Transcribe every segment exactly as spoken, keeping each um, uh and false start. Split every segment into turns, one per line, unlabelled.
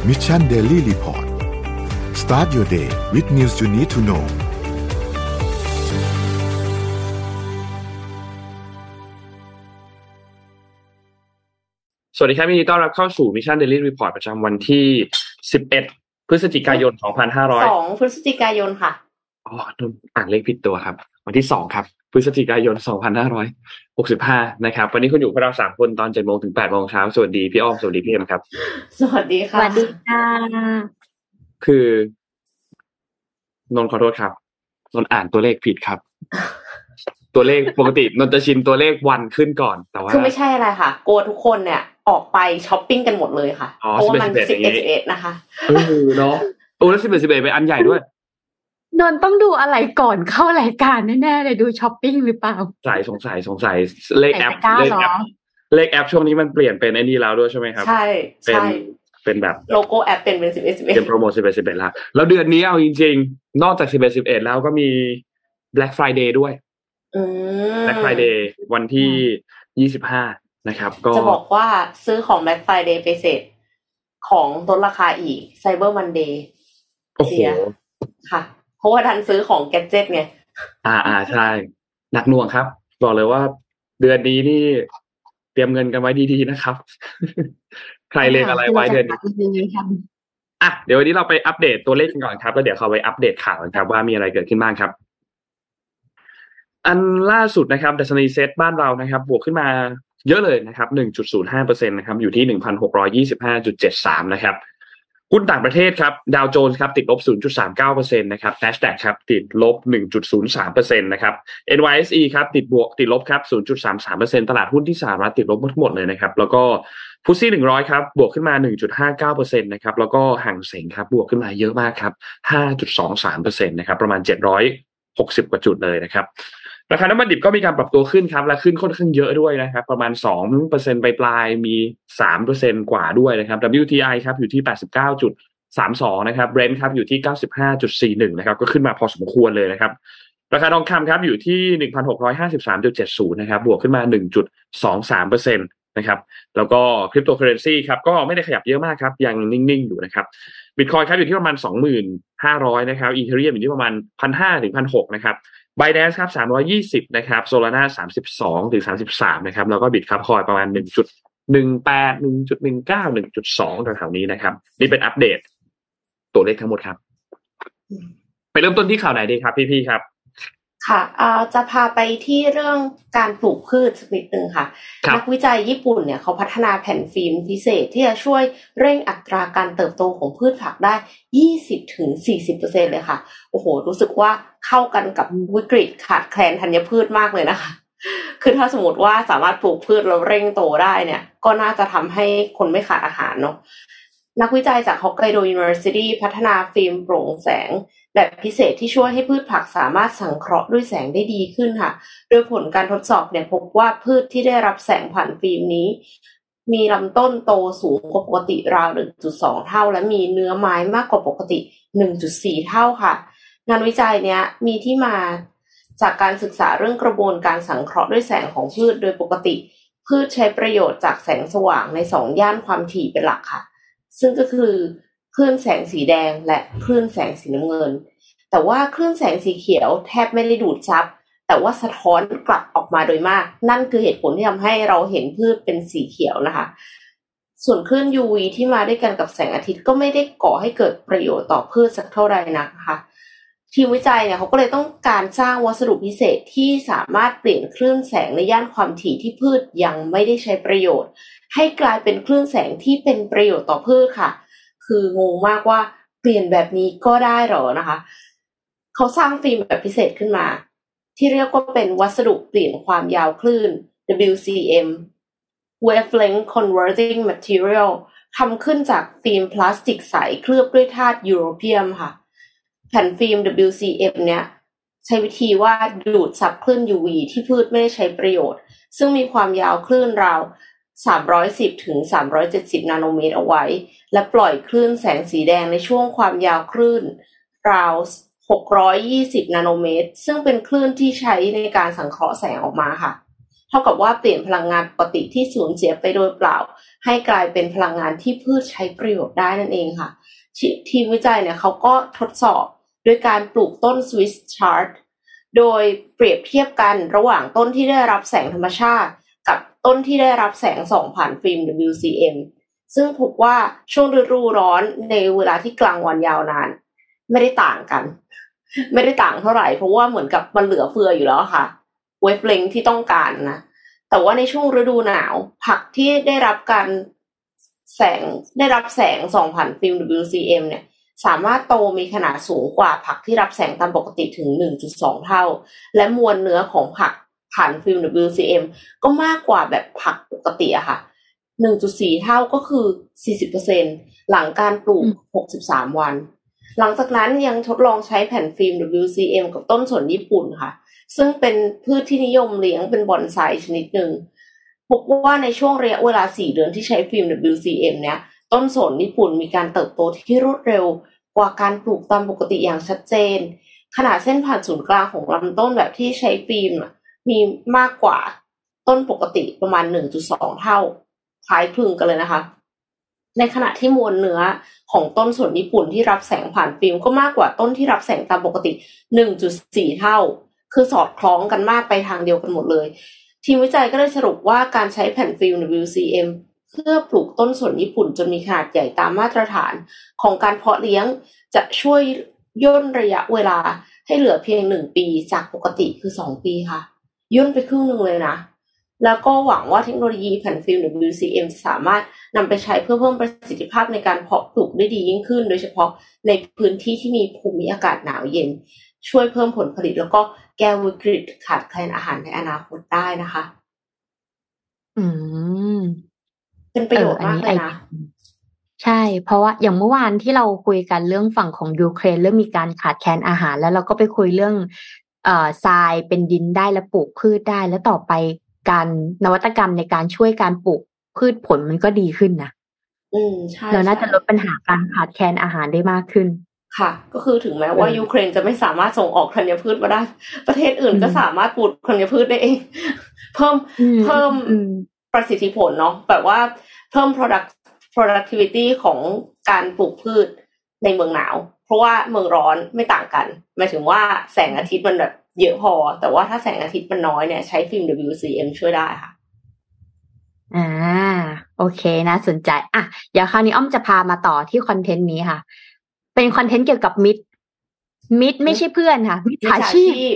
Mission Daily Report Start your day with news you need to know
สวัสดีครับยินดีต้อนรับเข้าสู่ Mission Daily Report ประจำวันที่สิบเอ็ดพฤศจิกายนสองพันห้าร้อย
สองพฤศจิกายนค่ะ
อ๋ออ่านเลขผิดตัวครับวันที่สองครับพฤศจิกายนสองพันห้าร้อยหกสิบห้านะครับวันนี้คุณอยู่กับเราสามคนตอน เจ็ดโมง ถึง แปดโมงเช้าสวัสดีพี่อ้อมสวัสดีพี่เอ็มครับ
สวัสดีค่ะ
สวัสดีค่ะ
คือนนท์ขอโทษครับนนท์อ่านตัวเลขผิดครับตัวเลขปกตินนท์จะชินตัวเลขวันขึ้นก่อนแต่ว่า
คือไม่ใช่อะไรค่ะโกทุกคนเนี่ยออกไปช้อปปิ้งกันหมดเลยค่ะเพราะว่ามันสิบเอ็ด สิบเอ็ดนะคะ
เออเนาะโอ้แล้วสิบเอ็ด สิบเอ็ดเป็นอันใหญ่ด้วย
นนต้องดูอะไรก่อนเข้ารายการแน่ๆเลยดูช้อปปิ้งหรือเปล่า
สายสงสัยสงสัยเลขแอปเลขแอปเลขแอปช่วงนี้มันเปลี่ยนเป็นไอ้นี่แล้วด้วยใช่ไหมครับ
ใช่ใช่
เป็นแบบ
โลโก้แอปเป็นเป็นสิบเอ็ด สิบเอ็ด
เป็นโปรโมทสิบเอ็ด สิบเอ็ดแล้วแล้วเดือนนี้เอาจริงๆนอกจากสิบเอ็ด สิบเอ็ดแล้วก็มี Black Friday ด้วย
อืม
Black Friday วันที่ยี่สิบห้านะครับก็
จะบอกว่าซื้อของ Black Friday ไปเสร็จของลดราคาอีก Cyber Monday
โอ้โห
ค่ะเพราะว่าทันซื้อของแกดเจ็ตไง
อ่าๆใช่หนักหน่วงครับบอกเลยว่าเดือนนี้นี่เตรียมเงินกันไว้ดีๆนะครับใครเลขอะไรไว้เดือนนี้อ่ะเดี๋ยววันนี้เราไปอัปเดตตัวเลขกันก่อนครับแล้วเดี๋ยวเข้าไปอัปเดตข่าวกันครับว่ามีอะไรเกิดขึ้นบ้างครับอันล่าสุดนะครับดัชนีเซ็ตบ้านเรานะครับบวกขึ้นมาเยอะเลยนะครับ หนึ่งจุดศูนย์ห้าเปอร์เซ็นต์ นะครับอยู่ที่ หนึ่งพันหกร้อยยี่สิบห้าจุดเจ็ดสาม นะครับหุ้นต่างประเทศครับดาวโจนส์ครับติดลบ ศูนย์จุดสามเก้าเปอร์เซ็นต์ นะครับ NASDAQ ครับติดลบ หนึ่งจุดศูนย์สามเปอร์เซ็นต์ นะครับ เอ็น วาย เอส อี ครับติดบวกติดลบครับ ศูนย์จุดสามสามเปอร์เซ็นต์ ตลาดหุ้นที่สหรัฐติดลบทั้งหมดเลยนะครับแล้วก็ฟุตซี่หนึ่งร้อยครับบวกขึ้นมา หนึ่งจุดห้าเก้าเปอร์เซ็นต์ นะครับแล้วก็หังเส็งครับบวกขึ้นมาเยอะมากครับ ห้าจุดสองสามเปอร์เซ็นต์ นะครับประมาณเจ็ดร้อยหกสิบกว่าจุดเลยนะครับราคาน้ำมันดิบก็มีการปรับตัวขึ้นครับและขึ้นค่อนข้างเยอะด้วยนะครับประมาณ สองเปอร์เซ็นต์ ปลายๆมี สามเปอร์เซ็นต์ กว่าด้วยนะครับ ดับเบิลยู ที ไอ ครับอยู่ที่ แปดสิบเก้าจุดสามสอง นะครับ Brent ครับอยู่ที่ เก้าสิบห้าจุดสี่หนึ่ง นะครับก็ขึ้นมาพอสมควรเลยนะครับราคาทองคำครับอยู่ที่ หนึ่งพันหกร้อยห้าสิบสามจุดเจ็ดศูนย์ นะครับบวกขึ้นมา หนึ่งจุดสองสามเปอร์เซ็นต์ นะครับแล้วก็คริปโตเคอเรนซีครับก็ไม่ได้ขยับเยอะมากครับยังนิ่งๆอยู่นะครับ Bitcoin ครับอยู่ที่ประมาณ สองพันห้าร้อย นะครับ Ethereum อยู่ที่ประมาณ หนึ่งพันห้าร้อย ถึง หนึ่งพันหกร้อย นะครับBinance ครับสามร้อยยี่สิบนะครับ Solana สามสิบสองถึงสามสิบสามนะครับแล้วก็ Bitcoin ประมาณ หนึ่งจุดหนึ่งแปด หนึ่งจุดหนึ่งเก้า หนึ่งจุดสอง แถวๆนี้นะครับนี่เป็นอัปเดตตัวเลขทั้งหมดครับไปเริ่มต้นที่ข่าวไหนดีครับพี่ๆครับ
ค่ะเอ่อจะพาไปที่เรื่องการปลูกพืชสักนิดนึงค่ะนักวิจัยญี่ปุ่นเนี่ยเขาพัฒนาแผ่นฟิล์มพิเศษที่จะช่วยเร่งอัตราการเติบโตของพืชผักได้ ยี่สิบถึงสี่สิบเปอร์เซ็นต์ เลยค่ะโอ้โหรู้สึกว่าเข้ากันกับวิกฤตขาดแคลนธัญพืชมากเลยนะคะคือถ้าสมมติว่าสามารถปลูกพืชแล้วเร่งโตได้เนี่ยก็น่าจะทำให้คนไม่ขาดอาหารเนาะนักวิจัยจากฮอกไกโด University พัฒนาฟิล์มโปร่งแสงแบบพิเศษที่ช่วยให้พืชผักสามารถสังเคราะห์ด้วยแสงได้ดีขึ้นค่ะโดยผลการทดสอบเนี่ยพบว่าพืชที่ได้รับแสงผ่านฟิล์มนี้มีลำต้นโตสูงกว่าปกติราว หนึ่งจุดสอง เท่าและมีเนื้อไม้มากกว่าปกติ หนึ่งจุดสี่ เท่าค่ะงานวิจัยเนี้ยมีที่มาจากการศึกษาเรื่องกระบวนการสังเคราะห์ด้วยแสงของพืชโดยปกติพืชใช้ประโยชน์จากแสงสว่างในสองย่านความถี่เป็นหลักค่ะซึ่งก็คือคลื่นแสงสีแดงและคลื่นแสงสีน้ำเงินแต่ว่าคลื่นแสงสีเขียวแทบไม่ได้ดูดซับแต่ว่าสะท้อนกลับออกมาโดยมากนั่นคือเหตุผลที่ทำให้เราเห็นพืชเป็นสีเขียวนะคะส่วนคลื่น ยู วี ที่มาด้วยกันกับแสงอาทิตย์ก็ไม่ได้ก่อให้เกิดประโยชน์ต่อพืชสักเท่าไหร่นักนะคะทีมวิจัยเนี่ยเขาก็เลยต้องการสร้างวัสดุพิเศษที่สามารถเปลี่ยนคลื่นแสงในย่านความถี่ที่พืชยังไม่ได้ใช้ประโยชน์ให้กลายเป็นคลื่นแสงที่เป็นประโยชน์ต่อพืชค่ะคืองงมากว่าเปลี่ยนแบบนี้ก็ได้หรอนะคะเขาสร้างฟิล์มแบบพิเศษขึ้นมาที่เรียกว่าเป็นวัสดุเปลี่ยนความยาวคลื่น ดับเบิลยู ซี เอ็ม Wavelength Converting Material ทำขึ้นจากฟิล์มพลาสติกใสเคลือบด้วยธาตุยูโรเปียมค่ะแผ่นฟิล์ม ดับเบิลยู ซี เอ็ม เนี่ยใช้วิธีว่าดูดซับคลื่น ยู วี ที่พืชไม่ได้ใช้ประโยชน์ซึ่งมีความยาวคลื่นราวสามร้อยสิบถึงสามร้อยเจ็ดสิบนาโนเมตรเอาไว้และปล่อยคลื่นแสงสีแดงในช่วงความยาวคลื่นราวหกร้อยยี่สิบนาโนเมตรซึ่งเป็นคลื่นที่ใช้ในการสังเคราะห์แสงออกมาค่ะเท่ากับว่าเปลี่ยนพลังงานปกติที่สูญเสียไปโดยเปล่าให้กลายเป็นพลังงานที่พืชใช้ประโยชน์ได้นั่นเองค่ะทีมวิจัยเนี่ยเขาก็ทดสอบด้วยการปลูกต้น Swiss Chard โดยเปรียบเทียบกันระหว่างต้นที่ได้รับแสงธรรมชาติกับต้นที่ได้รับแสงส่องผ่านฟิล์ม ดับเบิลยู ซี เอ็ม ซึ่งพบว่าช่วงฤดูร้อนในเวลาที่กลางวันยาวนานไม่ได้ต่างกันไม่ได้ต่างเท่าไหร่เพราะว่าเหมือนกับมันเหลือเฟืออยู่แล้วค่ะเวฟเลงที่ต้องการนะแต่ว่าในช่วงฤดูหนาวผักที่ได้รับการแสงได้รับแสงส่องผ่านฟิล์ม ดับเบิลยู ซี เอ็ม เนี่ยสามารถโตมีขนาดสูงกว่าผักที่รับแสงตามปกติถึง หนึ่งจุดสอง เท่าและมวลเนื้อของผักผ่านฟิล์ม ดับเบิลยู ซี เอ็ม ก็มากกว่าแบบผักปกติอะค่ะ หนึ่งจุดสี่ เท่าก็คือ สี่สิบเปอร์เซ็นต์ หลังการปลูกหกสิบสามวันหลังจากนั้นยังทดลองใช้แผ่นฟิล์ม ดับเบิลยู ซี เอ็ม กับต้นสนญี่ปุ่นค่ะซึ่งเป็นพืชที่นิยมเลี้ยงเป็นบอนไซชนิดหนึ่งพบว่าในช่วงระยะเวลาสี่เดือนที่ใช้ฟิล์ม ดับเบิลยู ซี เอ็ม เนี้ยต้นสนญี่ปุ่นมีการเติบโตที่รวดเร็วกว่าการปลูกตามปกติอย่างชัดเจนขนาดเส้นผ่านศูนย์กลางของลำต้นแบบที่ใช้ฟิล์มมีมากกว่าต้นปกติประมาณ หนึ่งจุดสอง เท่าคล้ายคลึงกันเลยนะคะในขณะที่มวลเนื้อของต้นสนญี่ปุ่นที่รับแสงผ่านฟิล์มก็มากกว่าต้นที่รับแสงตามปกติ หนึ่งจุดสี่ เท่าคือสอดคล้องกันมากไปทางเดียวกันหมดเลยทีมวิจัยก็ได้สรุปว่าการใช้แผ่นฟิล์ม ดับเบิลยู ซี เอ็ม เพื่อปลูกต้นสนญี่ปุ่นจนมีขนาดใหญ่ตามมาตรฐานของการเพาะเลี้ยงจะช่วยย่นระยะเวลาให้เหลือเพียงหนึ่งปีจากปกติคือสองปีค่ะย่นไปครึ่งนึงเลยนะแล้วก็หวังว่าเทคโนโลยีแผ่นฟิล์ม ดับเบิลยู ซี เอ็ม จะสามารถนำไปใช้เพื่อเพิ่มประสิทธิภาพในการเพาะปลูกได้ดียิ่งขึ้นโดยเฉพาะในพื้นที่ที่มีภูมิอากาศหนาวเย็นช่วยเพิ่มผลผลิตแล้วก็แก้วิกฤตขาดแคลนอาหารในอนาคตได้นะคะ
อืม
เป็นประโยชน์มากเลยนะ
ใช่เพราะว่าอย่างเมื่อวานที่เราคุยกันเรื่องฝั่งของยูเครนเรื่องมีการขาดแคลนอาหารแล้วเราก็ไปคุยเรื่องเอ่อทรายเป็นดินได้และปลูกพืชได้แล้วต่อไปการนวัตกรรมในการช่วยการปลูกพืชผลมันก็ดีขึ้นนะ
อืมใช่
เราน่าจะลดปัญหาการขาดแคลนอาหารได้มากขึ้น
ค่ะก็คือถึงแม้ว่ายูเครนจะไม่สามารถส่งออกธัญพืชมาได้ประเทศอื่นก็สามารถปลูกธัญพืชได้เองเพิ่มเพิ่มประสิทธิผลเนาะแบบว่าเพิ่ม product productivity ของการปลูกพืชในเมืองหนาวเพราะว่าเมืองร้อนไม่ต่างกันหมายถึงว่าแสงอาทิตย์มันแบบเยอะพอแต่ว่าถ้าแสงอาทิตย์มันน้อยเนี่ยใช้ฟิล์ม ดับเบิลยู ซี เอ็ม ช่วยได้ค่ะ
อ่าโอเคน่าสนใจอ่ะเดี๋ยวคราวนี้อ้อมจะพามาต่อที่คอนเทนต์นี้ค่ะเป็นคอนเทนต์เกี่ยวกับมิตรมิตรไม่ใช่เพื่อนค่ะมิจฉาชีพ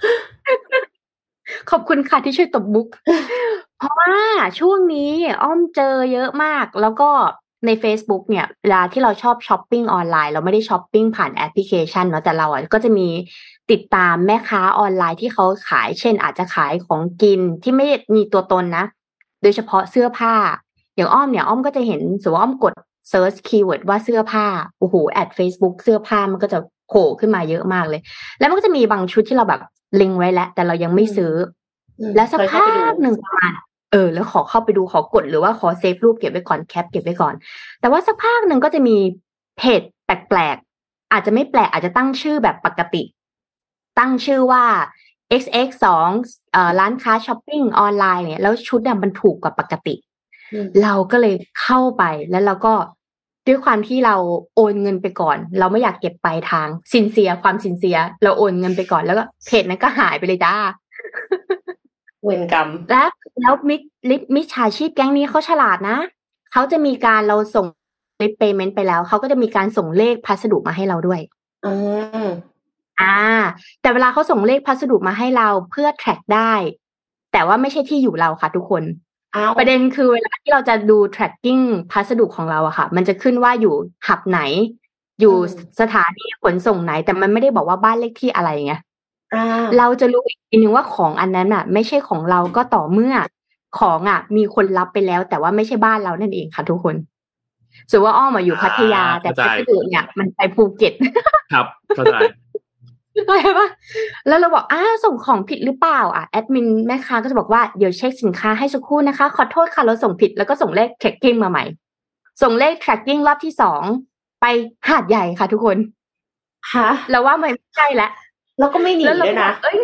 ขอบคุณค่ะที่ช่วยตบมุกเพราะว่าช่วงนี้อ้อมเจอเยอะมากแล้วก็ใน Facebook เนี่ยเวลาที่เราชอบช้อปปิ้งออนไลน์เราไม่ได้ช้อปปิ้งผ่านแอปพลิเคชันเนาะแต่เราอ่ะก็จะมีติดตามแม่ค้าออนไลน์ที่เขาขายเช่นอาจจะขายของกินที่ไม่มีตัวตนนะโดยเฉพาะเสื้อผ้าอย่างอ้อมเนี่ยอ้อมก็จะเห็นสมมติว่าอ้อมกด search keyword ว่าเสื้อผ้าโอ้โหแอด Facebook เสื้อผ้ามันก็จะโผล่ขึ้นมาเยอะมากเลยแล้วมันก็จะมีบางชุดที่เราแบบลิงก์ไว้แล้วแต่เรายังไม่ซื้อแล้วสักพักหนึ่งประมาณเออแล้วขอเข้าไปดูขอกดหรือว่าขอเซฟรูปเก็บไว้ก่อนแคปเก็บไว้ก่อนแต่ว่าสักพักหนึ่งก็จะมีเพจแปลกๆอาจจะไม่แปลกอาจจะตั้งชื่อแบบปกติตั้งชื่อว่า เอ็กซ์ เอ็กซ์ สองเอ่อร้านค้าช้อปปิ้งออนไลน์เนี่ยแล้วชุดเนี่ยมันถูกกว่าปกติเราก็เลยเข้าไปแล้วเราก็ด้วยความที่เราโอนเงินไปก่อนเราไม่อยากเก็บปลายทางซินเซียความซินเซียเราโอนเงินไปก่อนแล้วก็เพจนั้นก็หายไปเลยจ้า
เวรกรรม
แล้วแล้วมิลิมิจฉาชีพแก๊งนี้เขาฉลาดนะเขาจะมีการเราส่งลิปเพย์เมนต์ไปแล้วเขาก็จะมีการส่งเลขพัสดุมาให้เราด้วย
อืม
อ่าแต่เวลาเขาส่งเลขพัสดุมาให้เราเพื่อ track ได้แต่ว่าไม่ใช่ที่อยู่เราค่ะทุกคนประเด็นคือเวลาที่เราจะดู tracking พัสดุของเราอะค่ะมันจะขึ้นว่าอยู่หับไหนอยู่สถานีขนส่งไหนแต่มันไม่ได้บอกว่าบ้านเลขที่อะไรไงเราจะรู้อีกทีนึงว่าของอันนั้นอะไม่ใช่ของเราก็ต่อเมื่อของอะมีคนรับไปแล้วแต่ว่าไม่ใช่บ้านเรานั่นเองค่ะทุกคนส่วนว่าอ้อมอยู่พัทยาแต่พัสดุเนี่ยมันไปภูเก็ต
ครับเข้าใจ
อะไรปะแล้วเราบอกอ้าวส่งของผิดหรือเปล่าอ่ะแอดมินแม่ค้าก็จะบอกว่าเดี๋ยวเช็คสินค้าให้สักครู่นะคะขอโทษค่ะเราส่งผิดแล้วก็ส่งเลข tracking มาใหม่ส่งเลข tracking รอบที่สองไปหาดใหญ่ค่ะทุกคน
ฮะ
เราว่ามันไม่ใช่แล้ว
แล้วก็ไม่หนีด้วยนะ
เอ้ย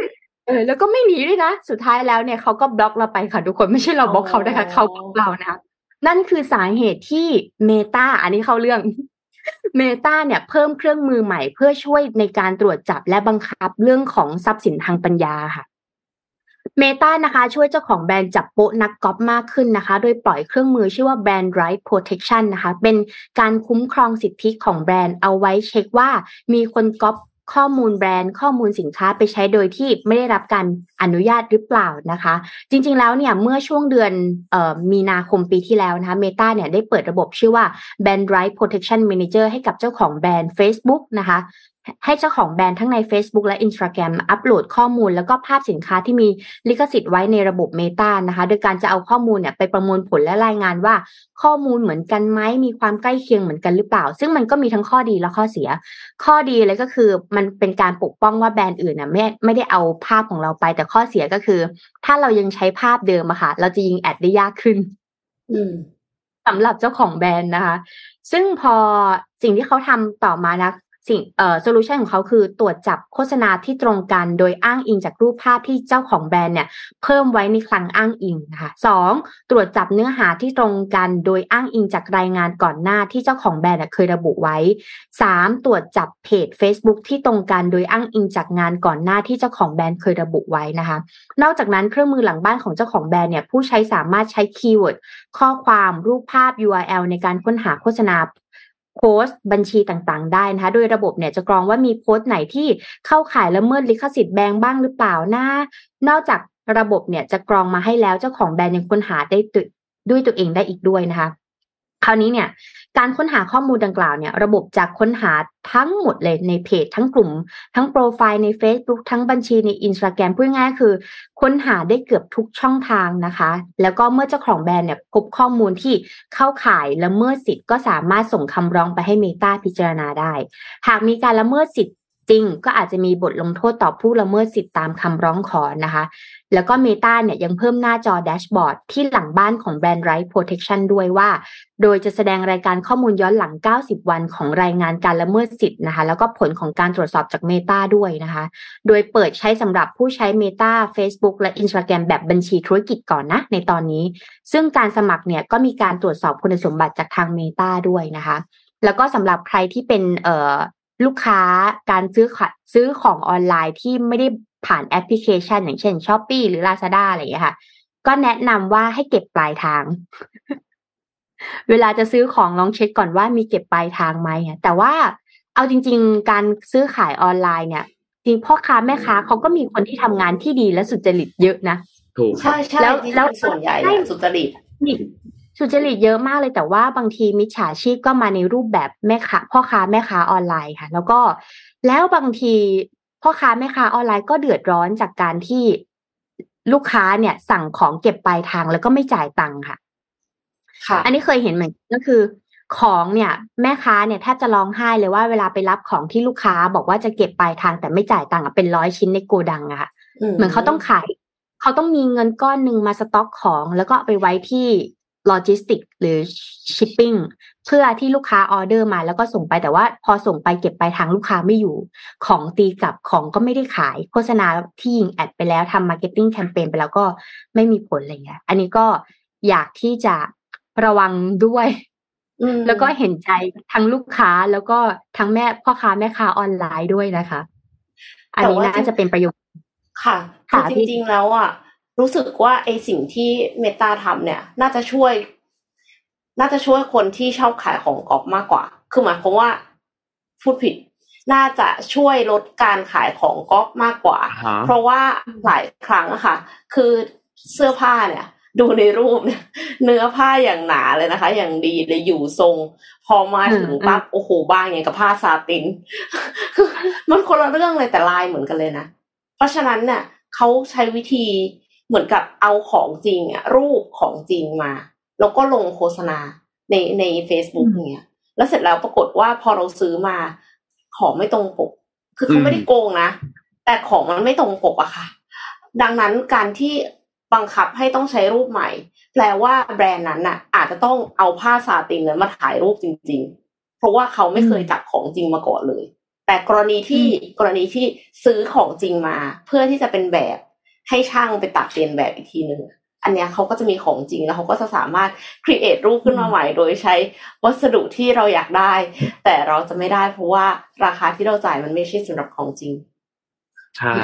เออแล้วก็ไม่หนีด้วยนะสุดท้ายแล้วเนี่ยเขาก็บล็อกเราไปค่ะทุกคนไม่ใช่เราบล็อกเขานะคะเขาบล็อกเรานะคะนั่นคือสาเหตุที่ Meta อันนี้เข้าเรื่อง Meta เนี่ยเพิ่มเครื่องมือใหม่เพื่อช่วยในการตรวจจับและบังคับเรื่องของทรัพย์สินทางปัญญาค่ะ Meta นะคะช่วยเจ้าของแบรนด์จับโป๊ะนักก๊อปมากขึ้นนะคะโดยปล่อยเครื่องมือชื่อว่า Brand Right Protection นะคะเป็นการคุ้มครองสิทธิของแบรนด์เอาไว้เช็คว่ามีคนก๊อปข้อมูลแบรนด์ข้อมูลสินค้าไปใช้โดยที่ไม่ได้รับการอนุญาตหรือเปล่านะคะจริงๆแล้วเนี่ยเมื่อช่วงเดือนเอ่อมีนาคมปีที่แล้วนะคะ Meta เนี่ยได้เปิดระบบชื่อว่า Brand Right Protection Manager ให้กับเจ้าของแบรนด์ Facebook นะคะให้เจ้าของแบรนด์ทั้งใน Facebook และ Instagram อัปโหลดข้อมูลแล้วก็ภาพสินค้าที่มีลิขสิทธิ์ไว้ในระบบ Meta นะคะโดยการจะเอาข้อมูลเนี่ยไปประมวลผลและรายงานว่าข้อมูลเหมือนกันไหมมีความใกล้เคียงเหมือนกันหรือเปล่าซึ่งมันก็มีทั้งข้อดีและข้อเสียข้อดีเลยก็คือมันเป็นการปกป้องว่าแบรนด์อื่นน่ะไม่ไม่ได้เอาภาพของเราไปแต่ข้อเสียก็คือถ้าเรายังใช้ภาพเดิมอะค่ะเราจะยิงแอดได้ยากขึ้น
อืม
สำหรับเจ้าของแบรนด์นะคะซึ่งพอสิ่งที่เขาทำต่อมานะสิ่งเอ่อโซลูชันของเขาคือตรวจจับโฆษณาที่ตรงกันโดยอ้างอิงจากรูปภาพที่เจ้าของแบรนด์เนี่ยเพิ่มไว้ในคลังอ้างอิงนะคะสองตรวจจับเนื้อหาที่ตรงกันโดยอ้างอิงจากรายงานก่อนหน้าที่เจ้าของแบรนด์เคยระบุไว้สามตรวจจับเพจ Facebook ที่ตรงกันโดยอ้างอิงจากงานก่อนหน้าที่เจ้าของแบรนด์เคยระบุไว้นะคะนอกจากนั้นเครื่องมือหลังบ้านของเจ้าของแบรนด์เนี่ยผู้ใช้สามารถใช้คีย์เวิร์ดข้อความรูปภาพ ยู อาร์ แอล ในการค้นหาโฆษณาโพสต์บัญชีต่างๆได้นะคะโดยระบบเนี่ยจะกรองว่ามีโพสต์ไหนที่เข้าข่ายละเมิดลิขสิทธิ์แบรนด์บ้างหรือเปล่านะนอกจากระบบเนี่ยจะกรองมาให้แล้วเจ้าของแบรนด์ยังค้นหาได้ด้วยตัวเองได้อีกด้วยนะคะคราวนี้เนี่ยการค้นหาข้อมูลดังกล่าวเนี่ยระบบจะค้นหาทั้งหมดเลยในเพจทั้งกลุ่มทั้งโปรไฟล์ใน Facebook ทั้งบัญชีใน Instagram พูดง่ายๆคือค้นหาได้เกือบทุกช่องทางนะคะแล้วก็เมื่อเจ้าของแบรนด์เนี่ยพบข้อมูลที่เข้าข่ายละเมิดสิทธิ์ก็สามารถส่งคำร้องไปให้ Meta พิจารณาได้หากมีการละเมิดสิทธิ์จริงก็อาจจะมีบทลงโทษต่อผู้ละเมิดสิทธิ์ตามคำร้องขอนะคะแล้วก็ Meta เนี่ยยังเพิ่มหน้าจอแดชบอร์ดที่หลังบ้านของ Brand Right Protection ด้วยว่าโดยจะแสดงรายการข้อมูลย้อนหลังเก้าสิบวันของรายงานการละเมิดสิทธิ์นะคะแล้วก็ผลของการตรวจสอบจาก Meta ด้วยนะคะโดยเปิดใช้สำหรับผู้ใช้ Meta Facebook และ Instagram แบบบัญชีธุรกิจก่อนนะในตอนนี้ซึ่งการสมัครเนี่ยก็มีการตรวจสอบคุณสมบัติจากทาง Meta ด้วยนะคะแล้วก็สำหรับใครที่เป็นเอ่อลูกค้าการซื้อซื้อของออนไลน์ที่ไม่ได้ผ่านแอปพลิเคชันอย่างเช่น Shopee หรือ Lazada อะไรอย่างเงี้ยค่ะก็แนะนำว่าให้เก็บปลายทาง เวลาจะซื้อของลองเช็คก่อนว่ามีเก็บปลายทางไหมแต่ว่าเอาจริงๆการซื้อขายออนไลน์เนี่ยจริงพ่อค้าแม่ค้าเขาก็มีคนที่ทำงานที่ดีและสุจริตเยอะนะ
ถูก
ใช่ใช่แล้วแล้วส่วนใหญ่สุจริต
สุจริตเยอะมากเลยแต่ว่าบางทีมิจฉาชีพก็มาในรูปแบบแม่ค้าพ่อค้าแม่ค้าออนไลน์ค่ะแล้วก็แล้วบางทีพ่อค้าแม่ค้าออนไลน์ก็เดือดร้อนจากการที่ลูกค้าเนี่ยสั่งของเก็บปลายทางแล้วก็ไม่จ่ายตังค์ค่ะค่ะอันนี้เคยเห็นเหมือนก็คือของเนี่ยแม่ค้าเนี่ยแทบจะร้องไห้เลยว่าเวลาไปรับของที่ลูกค้าบอกว่าจะเก็บปลายทางแต่ไม่จ่ายตังค์เป็นร้อยชิ้นในโกดังอะค่ะเหมือนเขาต้องขายเขาต้องมีเงินก้อนนึงมาสต็อกของแล้วก็ไปไว้ที่โลจิสติกหรือชิปปิ้งเพื่อที่ลูกค้าออเดอร์มาแล้วก็ส่งไปแต่ว่าพอส่งไปเก็บปลายทางลูกค้าไม่อยู่ของตีกลับของก็ไม่ได้ขายโฆษณาที่ยิงแอดไปแล้วทำมาร์เก็ตติ้งแคมเปญไปแล้วก็ไม่มีผลอะไรเงี้ยอันนี้ก็อยากที่จะระวังด้วยแล้วก็เห็นใจทั้งลูกค้าแล้วก็ทั้งแม่พ่อค้าแม่ค้าออนไลน์ด้วยนะคะอันนี้น่าจะเป็นประโยชน์
ค่ะจริงๆแล้วอ่ะรู้สึกว่าไอสิ่งที่เมตาทำเนี่ยน่าจะช่วยน่าจะช่วยคนที่ชอบขายของก๊อปมากกว่าคือหมายความว่าพูดผิดน่าจะช่วยลดการขายของก๊อปมากกว่าเพราะว่าหลายครั้งอะค่ะคือเสื้อผ้าเนี่ยดูในรูปเนี่ยเนื้อผ้าอย่างหนาเลยนะคะอย่างดีเลยอยู่ทรงพอมาถึงปั๊บโอ้โหบ้างอย่างกับผ้าซาตินมันคนละเรื่องเลยแต่ลายเหมือนกันเลยนะเพราะฉะนั้นเนี่ยเขาใช้วิธีเหมือนกับเอาของจริงอ่ะรูปของจริงมาแล้วก็ลงโฆษณาในใน Facebook เนี่ยแล้วเสร็จแล้วปรากฏว่าพอเราซื้อมาของไม่ตรงปกคือเขาไม่ได้โกงนะแต่ของมันไม่ตรงปกอะค่ะดังนั้นการที่บังคับให้ต้องใช้รูปใหม่แปลว่าแบรนด์นั้นน่ะอาจจะต้องเอาผ้าซาตินนั้นมาถ่ายรูปจริงๆเพราะว่าเขาไม่เคยจับของจริงมาก่อนเลยแต่กรณีที่กรณีที่ซื้อของจริงมาเพื่อที่จะเป็นแบบให้ช่างไปตัดเรียนแบบอีกทีนึงอันเนี้ยเขาก็จะมีของจริงแล้วเขาก็จะสามารถ create รูปขึ้นมาใหม่โดยใช้วัสดุที่เราอยากได้แต่เราจะไม่ได้เพราะว่าราคาที่เราจ่ายมันไม่ใช่สำหรับของจริง
ใช่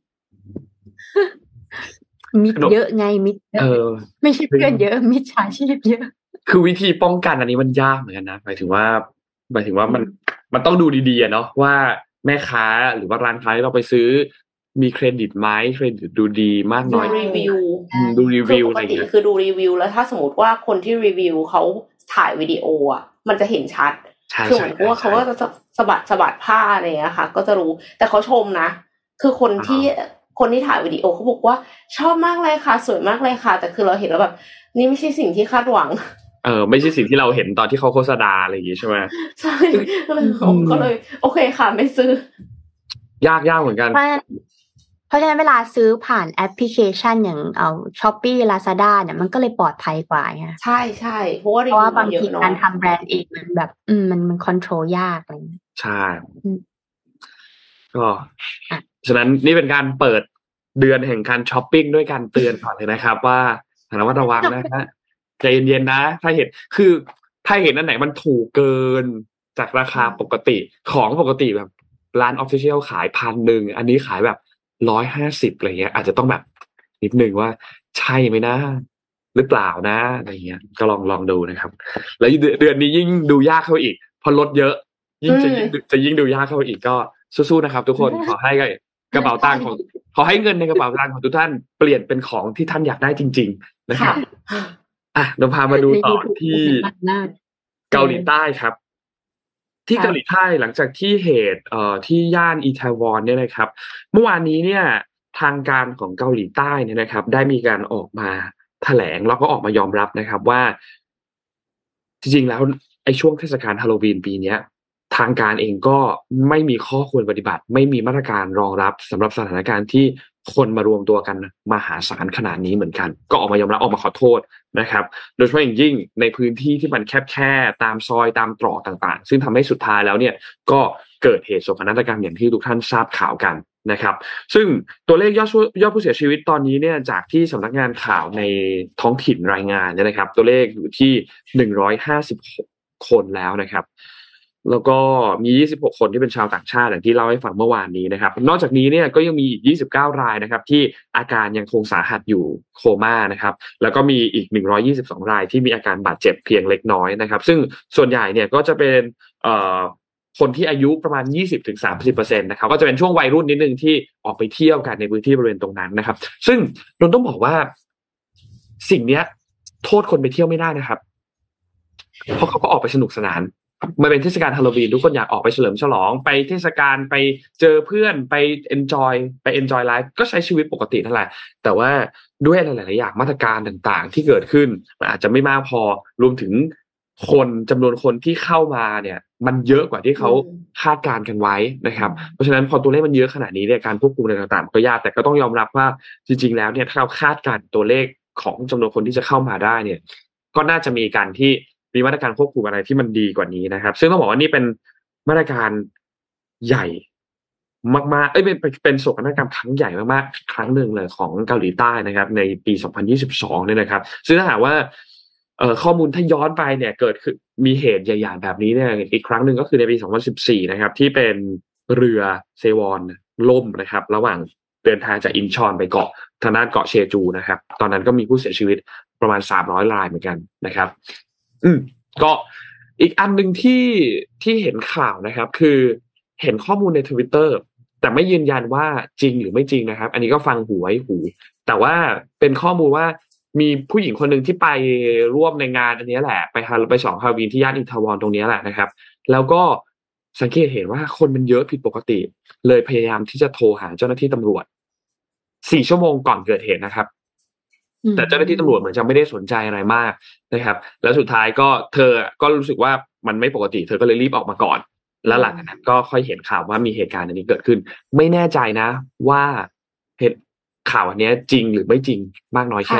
มิดเยอะไงมิดเยอะไม่ใช่เพื่อนเยอะมิดฉาชีพเยอะ
คือวิธีป้องกันอันนี้มันยากเหมือนกันนะหมายถึงว่าหมายถึงว่ามันมันต้องดูดีๆเนาะว่าแม่ค้าหรือว่าร้านค้าที่เราไปซื้อมีเครดิตไหมเครดิตดูดีมากน้อย
ดูรีวิว
ดูรีวิวอะไรอย่าง
เงี้ยคือดูรีวิวแล้วถ้าสมมติว่าคนที่รีวิวเขาถ่ายวิดีโออ่ะมันจะเห็นชัดคือเหมือนว่าเขาก็จะสะบัดสะบัดผ้าอะไรอย่างเงี้ยค่ะก็จะรู้แต่เขาชมนะคือคนที่คนที่ถ่ายวิดีโอเขาบอกว่าชอบมากเลยค่ะสวยมากเลยค่ะแต่คือเราเห็นแล้วแบบนี่ไม่ใช่สิ่งที่คาดหวัง
เออไม่ใช่สิ่งที่เราเห็นตอนที่เขาโฆษณาอะไรอย่างงี้ใช่ไหม
ใช่ก็เลยก็เลยโอเคค่ะไม่ซื้
อยากยากเหมือนกัน
เพราะฉะนั้นเวลาซื้อผ่านแอปพลิเคชันอย่างเอา Shopee Lazada เนี่ยมันก็เลยปลอดภัยกว่าไง
ใช่ๆเพราะว่า
เพราะว่าบางทีการทำแบรนด์เองมันแบบอืมมันมันคอนโทรลยากอะไรอย่างเงี้ย
ใช่ก็ฉะนั้นนี่เป็นการเปิดเดือนแห่งการช้อปปิ้งด้วยการเตือนก่อนเลยนะครับว่าระมัดระวังนะฮะใจเย็นๆนะถ้าเห็นคือถ้าเห็นอันไหนมันถูกเกินจากราคาปกติของปกติแบบร้าน Official ขาย หนึ่งพัน นึงอันนี้ขายแบบหนึ่งร้อยห้าสิบอะไรเงี้ยอาจจะต้องแบบนิดนึงว่าใช่ไหมนะหรือเปล่านะอะไรเงี้ยก็ลองลองดูนะครับแล้วเดือนนี้ยิ่งดูยากเข้าอีกพอลดเยอะยิ่งจะยิ่งจะยิ่งดูยากเข้าอีกก็สู้ๆนะครับทุกคนขอให้กระเป๋าตังค์ของขอให้เงินในกระเป๋าตังค์ของทุกท่านเปลี่ยนเป็นของที่ท่านอยากได้จริงๆนะครับอ่ะเราพามาดูต่อที่เกาหลีใต้ครับที่เกาหลีใต้หลังจากที่เหตุเอ่อที่ย่านอิตาลีเนี่ยนะครับเมื่อวานนี้เนี่ยทางการของเกาหลีใต้เนี่ยนะครับได้มีการออกมาแถลงแล้วก็ออกมายอมรับนะครับว่าจริงๆแล้วไอ้ช่วงเทศกาลฮาโลวีนปีนี้ทางการเองก็ไม่มีข้อควรปฏิบัติไม่มีมาตรการรองรับสำหรับสถานการณ์ที่คนมารวมตัวกันมหาศาลขนาดนี้เหมือนกันก็ออกมายอมรับออกมาขอโทษนะครับโดยเฉพาะอย่างยิ่งในพื้นที่ที่มันแคบๆตามซอยตามตรอกต่างๆซึ่งทำให้สุดท้ายแล้วเนี่ยก็เกิดเหตุโศกนาฏกรรมอย่างที่ทุกท่านทราบข่าวกันนะครับซึ่งตัวเลขยอดยอดผู้เสียชีวิตตอนนี้เนี่ยจากที่สำนักงานข่าวในท้องถิ่นรายงานเนี่ยนะครับตัวเลขอยู่ที่หนึ่งร้อยห้าสิบหกคนแล้วนะครับแล้วก็มียี่สิบหกคนที่เป็นชาวต่างชาติอย่างที่เล่าให้ฟังเมื่อวานนี้นะครับนอกจากนี้เนี่ยก็ยังมีอีกยี่สิบเก้ารายนะครับที่อาการยังคงสาหัสอยู่โคม่านะครับแล้วก็มีอีกหนึ่งร้อยยี่สิบสองรายที่มีอาการบาดเจ็บเพียงเล็กน้อยนะครับซึ่งส่วนใหญ่เนี่ยก็จะเป็นเอ่อคนที่อายุประมาณ ยี่สิบถึงสามสิบเปอร์เซ็นต์ นะครับก็จะเป็นช่วงวัยรุ่นนิดนึงที่ออกไปเที่ยวกันในพื้นที่บริเวณตรงนั้นนะครับซึ่งเราต้องบอกว่าสิ่งเนี้ยโทษคนไปเที่ยวไม่ได้นะครับเพราะเขาก็ออกไปสนุกสนานมันเป็นเทศกาลฮาโลวีนทุกคนอยากออกไปเฉลิมฉลองไปเทศกาลไปเจอเพื่อนไป enjoy ไป enjoy life ก็ใช้ชีวิตปกตินั่นแหละแต่ว่าด้วยหลายๆอย่างมาตรการต่างๆที่เกิดขึ้นมันอาจจะไม่มากพอรวมถึงคนจำนวนคนที่เข้ามาเนี่ยมันเยอะกว่าที่เขาคาดการณ์กันไว้นะครับเพราะฉะนั้นพอตัวเลขมันเยอะขนาดนี้เนี่ยการควบคุมอะไรต่างๆก็ยากแต่ก็ต้องยอมรับว่าจริงๆแล้วเนี่ยถ้าเราคาดการณ์ตัวเลขของจำนวนคนที่จะเข้ามาได้เนี่ยก็น่าจะมีการที่มีมาตรการควบคุมอะไรที่มันดีกว่านี้นะครับซึ่งต้องบอกว่านี่เป็นมาตรการใหญ่มากๆเอ้ยเป็นเป็นโศกนาฏกรรมครั้งใหญ่มากๆครั้งหนึ่งเลยของเกาหลีใต้นะครับในปีสองพันยี่สิบสองเนี่ยนะครับซึ่งถ้าหากว่าเอ่อข้อมูลถ้าย้อนไปเนี่ยเกิดขึ้นมีเหตุใหญ่ๆแบบนี้เนี่ยอีกครั้งหนึ่งก็คือในปีสองพันสิบสี่นะครับที่เป็นเรือเซวอนล่มนะครับระหว่างเดินทางจากอินชอนไปเกาะทางด้านเกาะเชจูนะครับตอนนั้นก็มีผู้เสียชีวิตประมาณสามร้อยรายเหมือนกันนะครับอืมก็อีกอันหนึ่งที่ที่เห็นข่าวนะครับคือเห็นข้อมูลใน Twitter แต่ไม่ยืนยันว่าจริงหรือไม่จริงนะครับอันนี้ก็ฟังหูไว้หูแต่ว่าเป็นข้อมูลว่ามีผู้หญิงคนหนึ่งที่ไปร่วมในงานอันนี้แหละไปฮาไปฉลองฮาโลวีนที่ย่านอิตาลีตรงนี้แหละนะครับแล้วก็สังเกตเห็นว่าคนมันเยอะผิดปกติเลยพยายามที่จะโทรหาเจ้าหน้าที่ตำรวจสี่ชั่วโมงก่อนเกิดเหตุนะครับแต่เจ้าหน้าที่ตำรวจเหมือนจะไม่ได้สนใจอะไรมากนะครับแล้วสุดท้ายก็เธอก็รู้สึกว่ามันไม่ปกติเธอก็เลยรีบออกมาก่อนแล้วหลังจากนั้นก็ค่อยเห็นข่าวว่ามีเหตุการณ์อันนี้เกิดขึ้นไม่แน่ใจนะว่าเหตุข่าวอันนี้จริงหรือไม่จริงมากน้อยแค่ไหน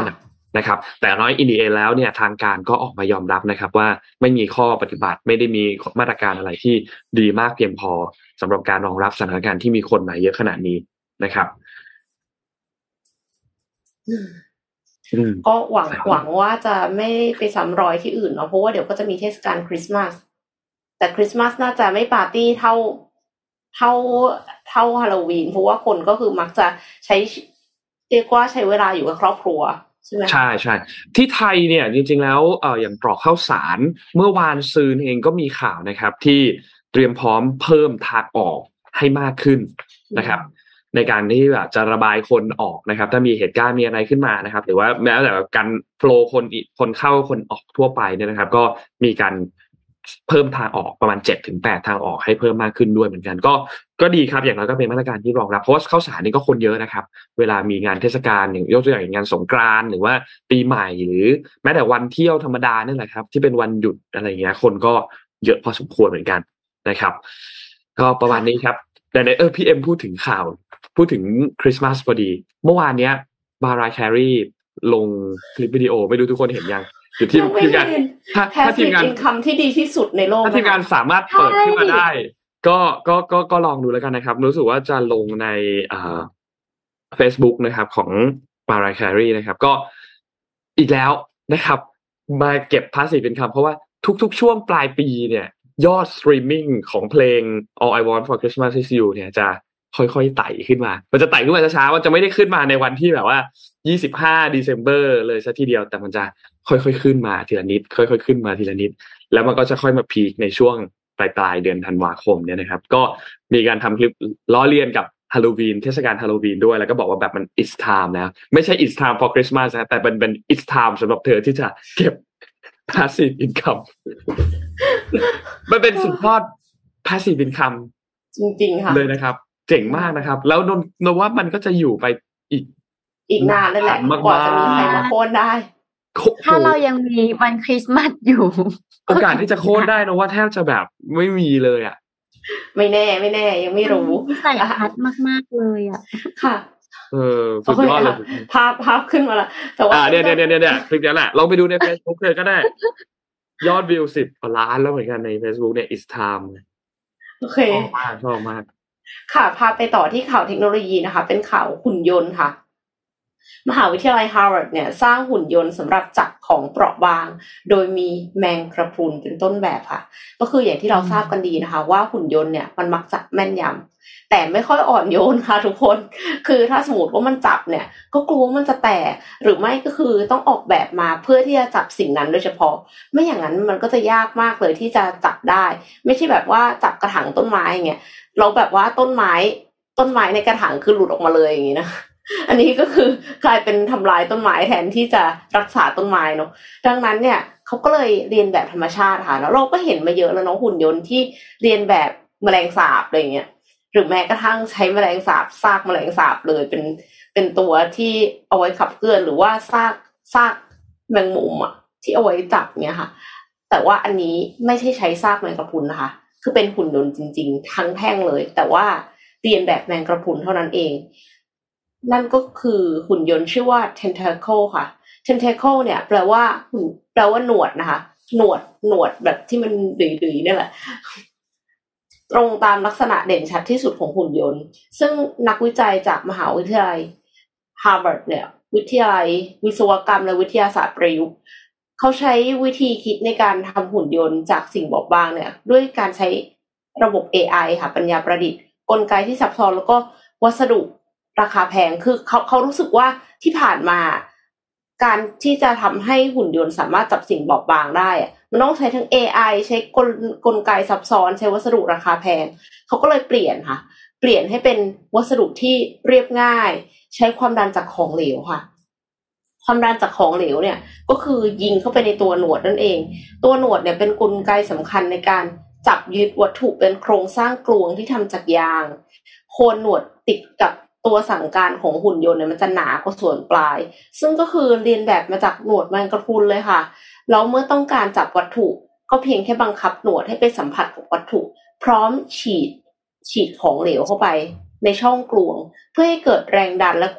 นะครับแต่น้อยอินดีเอแล้วเนี่ยทางการก็ออกมายอมรับนะครับว่าไม่มีข้อปฏิบัติไม่ได้มีมาตรการอะไรที่ดีมากเพียงพอสำหรับการรองรับสถานการณ์ที่มีคนมาเยอะขนาดนี้นะครับ
ก็หวังหวังว่าจะไม่ไปซ้ำรอยที่อื่นเนาะเพราะว่าเดี๋ยวก็จะมีเทศกาลคริสต์มาสแต่คริสต์มาสน่าจะไม่ปาร์ตี้เท่าเท่าเท่าฮาโลวีนเพราะว่าคนก็คือมักจะใช้เรียกว่าใช้เวลาอยู่กับครอบครัวใช่ไหมใช่
ใช่ที่ไทยเนี่ยจริงๆแล้วเอ่ออย่างตรอกข้าวสารเมื่อวานซืนเองก็มีข่าวนะครับที่เตรียมพร้อมเพิ่มทางออกให้มากขึ้นนะครับในการที่แบบจะระบายคนออกนะครับถ้ามีเหตุการณ์มีอะไรขึ้นมานะครับหรือว่าแม้แต่การโฟลว์คนคนเข้าคนออกทั่วไปเนี่ยนะครับก็มีการเพิ่มทางออกประมาณ เจ็ดถึงแปด ทางออกให้เพิ่มมากขึ้นด้วยเหมือนกันก็ก็ดีครับอย่างน้อยก็เป็นมาตรการที่รองรับเพราะว่าข้าวสารนี่ก็คนเยอะนะครับเวลามีงานเทศกาลอย่างยกตัวอย่างงานสงกรานต์หรือว่าปีใหม่หรือแม้แต่วันเที่ยวธรรมดานี่แหละครับที่เป็นวันหยุดอะไรเงี้ยคนก็เยอะพอสมควรเหมือนกันนะครับก็ประมาณนี้ครับแต่ในเออพี่เอ็มพูดถึงข่าวพูดถึงคริสต์มาสพอดีเมื่อวานเนี้ยบาราแครีลงคลิปวิดีโอไม่รู้ทุกคนเห็นยังอยู่ที่ทีมงานถ้าถ้าทีมงาน
คำที่ดีที่สุดในโลก
ถ้าทีมงานสามารถเปิดขึ้นมาได้ก็ก็ก็ก็ลองดูแล้วกันนะครับรู้สึกว่าจะลงในอ่า Facebook นะครับของบาราแครีนะครับก็อีกแล้วนะครับมาเก็บ Passive Income เพราะว่าทุกๆช่วงปลายปีเนี่ยยอดสตรีมมิ่งของเพลง All I Want for Christmas Is You เนี่ยจะค่อยๆไต่ขึ้นมามันจะไต่ขึ้นมาช้าๆมันจะไม่ได้ขึ้นมาในวันที่แบบว่ายี่สิบห้า December เลยซะทีเดียวแต่มันจะค่อยๆขึ้นมาทีละนิดค่อยๆขึ้นมาทีละนิดแล้วมันก็จะค่อยมาพีคในช่วงปลายๆเดือนธันวาคมเนี่ยนะครับก็มีการทำคลิปล้อเลียนกับฮาโลวีนเทศกาลฮาโลวีนด้วยแล้วก็บอกว่าแบบมัน it's time แล้วไม่ใช่ it's time for Christmas นะแต่เป็นเป็น it's time สำหรับเธอที่จะเก็บ passive income มันเป็นสุดยอด passive income
จริงๆค่ะ
เลยนะครับเจ๋งมากนะครับแล้วนนว่ามันก็จะอยู่ไปอีก
อีกนานเลยแหละกว่าจะมีใครมาโค่นได้
ถ้าเรายังมีวันคริสต์มาสอยู่
โอกาสที่จะโค่นได้นะว่าแทบจะแบบไม่มีเลยอ่ะ
ไม่แน่ไม่แน่ยังไม่รู้
ใส่ชัดมากๆเลยอ่ะ
ค่ะ
เออสุดยอดเลย
ภาพภาพขึ้นมาละแต่ว่า
เนี่ยเนี่ยเนี่ยเนี่ยคลิปนี้แหละลองไปดูใน Facebook เลยก็ได้ยอดวิวสิบกว่าล้านแล้วเหมือนกันใน Facebook เนี่ย it's time
โอเค
ชอบมากชอบมาก
ค่ะพาไปต่อที่ข่าวเทคโนโลยีนะคะเป็นข่าวหุ่นยนต์ค่ะมหาวิทยาลัยฮาร์วาร์ดเนี่ยสร้างหุ่นยนต์สำหรับจับของเปราะบางโดยมีแมงกระพรุนเป็นต้นแบบค่ะก็คืออย่างที่เราทราบกันดีนะคะว่าหุ่นยนต์เนี่ยมันมักจับแม่นยำแต่ไม่ค่อยอ่อนโยนค่ะทุกคนคือถ้าสมมติว่ามันจับเนี่ยก็กลัวมันจะแตกหรือไม่ก็คือต้องออกแบบมาเพื่อที่จะจับสิ่งนั้นโดยเฉพาะไม่อย่างนั้นมันก็จะยากมากเลยที่จะจับได้ไม่ใช่แบบว่าจับกระถางต้นไม้อย่างเงี้ยเราแบบว่าต้นไม้ต้นไม้ในกระถางคือหลุดออกมาเลยอย่างงี้นะอันนี้ก็คือกลายเป็นทำลายต้นไม้แทนที่จะรักษาต้นไม้เนาะดังนั้นเนี่ยเขาก็เลยเรียนแบบธรรมชาติค่ะแล้วเราก็เห็นมาเยอะแล้วเนาะหุ่นยนต์ที่เรียนแบบแมลงสาบอะไรเงี้ยหรือแม้กระทั่งใช้แมลงสาบซากแมลงสาบเลยเป็นเป็นตัวที่เอาไว้ขับเคลื่อนหรือว่าซากซากแมงมุมอ่ะที่เอาไว้จับเนี่ยค่ะแต่ว่าอันนี้ไม่ใช่ใช้ซากแมงกะพรุนนะคะคือเป็นหุ่นยนต์จริงๆทั้งแท่งเลยแต่ว่าเรียนแบบแมงกะพรุนเท่านั้นเองนั่นก็คือหุ่นยนต์ชื่อว่า tentacle ค่ะ tentacle เนี่ยแปลว่าหุ่นแปลว่าหนวดนะคะหนวดหนวดแบบที่มันดุยๆนี่แหละตรงตามลักษณะเด่นชัดที่สุดของหุ่นยนต์ซึ่งนักวิจัยจากมหาวิทยาลัย Harvard เนี่ยวิทยาลัยวิศวกรรมและวิทยาศาสตร์ประยุกต์เขาใช้วิธีคิดในการทำหุ่นยนต์จากสิ่งบอบบางเนี่ยด้วยการใช้ระบบ เอ ไอ ค่ะปัญญาประดิษฐ์กลไกที่ซับซ้อนแล้วก็วัสดุราคาแพงคือเขาเขารู้สึกว่าที่ผ่านมาการที่จะทำให้หุ่นยนต์สามารถจับสิ่งบอบบางได้อะมันต้องใช้ทั้ง เอ ไอ ใช้กลกลไกซับซ้อนใช้วัสดุราคาแพงเขาก็เลยเปลี่ยนค่ะเปลี่ยนให้เป็นวัสดุที่เรียบง่ายใช้ความดันจากของเหลวค่ะความดันจากของเหลวเนี่ยก็คือยิงเข้าไปในตัวหนวดนั่นเองตัวหนวดเนี่ยเป็นกลไกสำคัญในการจับยึดวัตถุเป็นโครงสร้างกลวงที่ทำจากยางโคนหนวดติดกับตัวสั่งการของหุ่นยนต์เนี่ยมันจะหนากว่าส่วนปลายซึ่งก็คือเรียนแบบมาจากหนวดแมงกะพรุนเลยค่ะแล้วเมื่อต้องการจับวัตถุก็เพียงแค่บังคับหนวดให้ไปสัมผัสกับวัตถุพร้อมฉีดฉีดของเหลวเข้าไปในช่องกลวงเพื่อให้เกิดแรงดันและค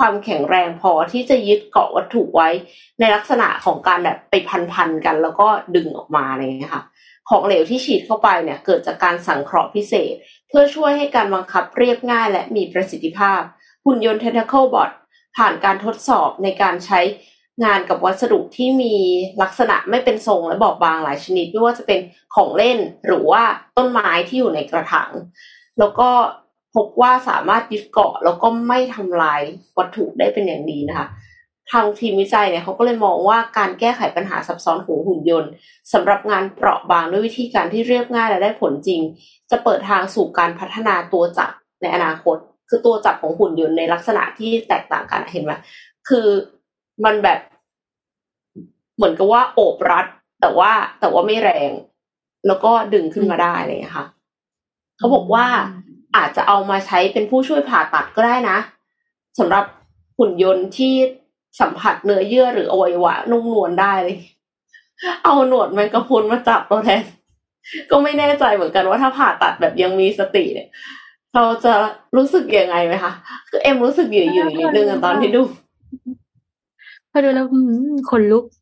ความแข็งแรงพอที่จะยึดเกาะวัตถุไว้ในลักษณะของการแบบไปพันๆกันแล้วก็ดึงออกมาอะไรอย่างเงี้ยค่ะของเหลวที่ฉีดเข้าไปเนี่ยเกิดจากการสังเคราะห์พิเศษเพื่อช่วยให้การบังคับเรียบง่ายและมีประสิทธิภาพหุ่นยนต์ Tentacle Bot ผ่านการทดสอบในการใช้งานกับวัสดุที่มีลักษณะไม่เป็นทรงและบอบบางหลายชนิดไม่ว่าจะเป็นของเล่นหรือว่าต้นไม้ที่อยู่ในกระถางแล้วก็พบว่าสามารถยึดเกาะแล้วก็ไม่ทำลายวัตถุได้เป็นอย่างดีนะคะทางทีมวิจัยเนี่ยเขาก็เลยมองว่าการแก้ไขปัญหาซับซ้อนของหุ่นยนต์สำหรับงานเปราะบางด้วยวิธีการที่เรียบง่ายและได้ผลจริงจะเปิดทางสู่การพัฒนาตัวจับในอนาคตคือตัวจับของหุ่นยนต์ในลักษณะที่แตกต่างกันเห็นไหมคือมันแบบเหมือนกับว่าโอบรัดแต่ว่าแต่ว่าไม่แรงแล้วก็ดึงขึ้นมาได้อะไรอย่างเงี้ยค่ะเขาบอกว่าอาจจะเอามาใช้เป็นผู้ช่วยผ่าตัดก็ได้นะสำหรับหุ่นยนต์ที่สัมผัสเนื้อเยื่อหรืออวัยวะนุ่มนวลได้เลยเอาหนวดแมงกะพรุนมาจับเราแทนก็ไม่แน่ใจเหมือนกันว่าถ้าผ่าตัดแบบยังมีสติเนี่ยเราจะรู้สึกยังไงไหมคะคือเอ็มรู้สึกหยื่ๆนิดนึงตอนที่ดู
พอดูแล้วขนลุก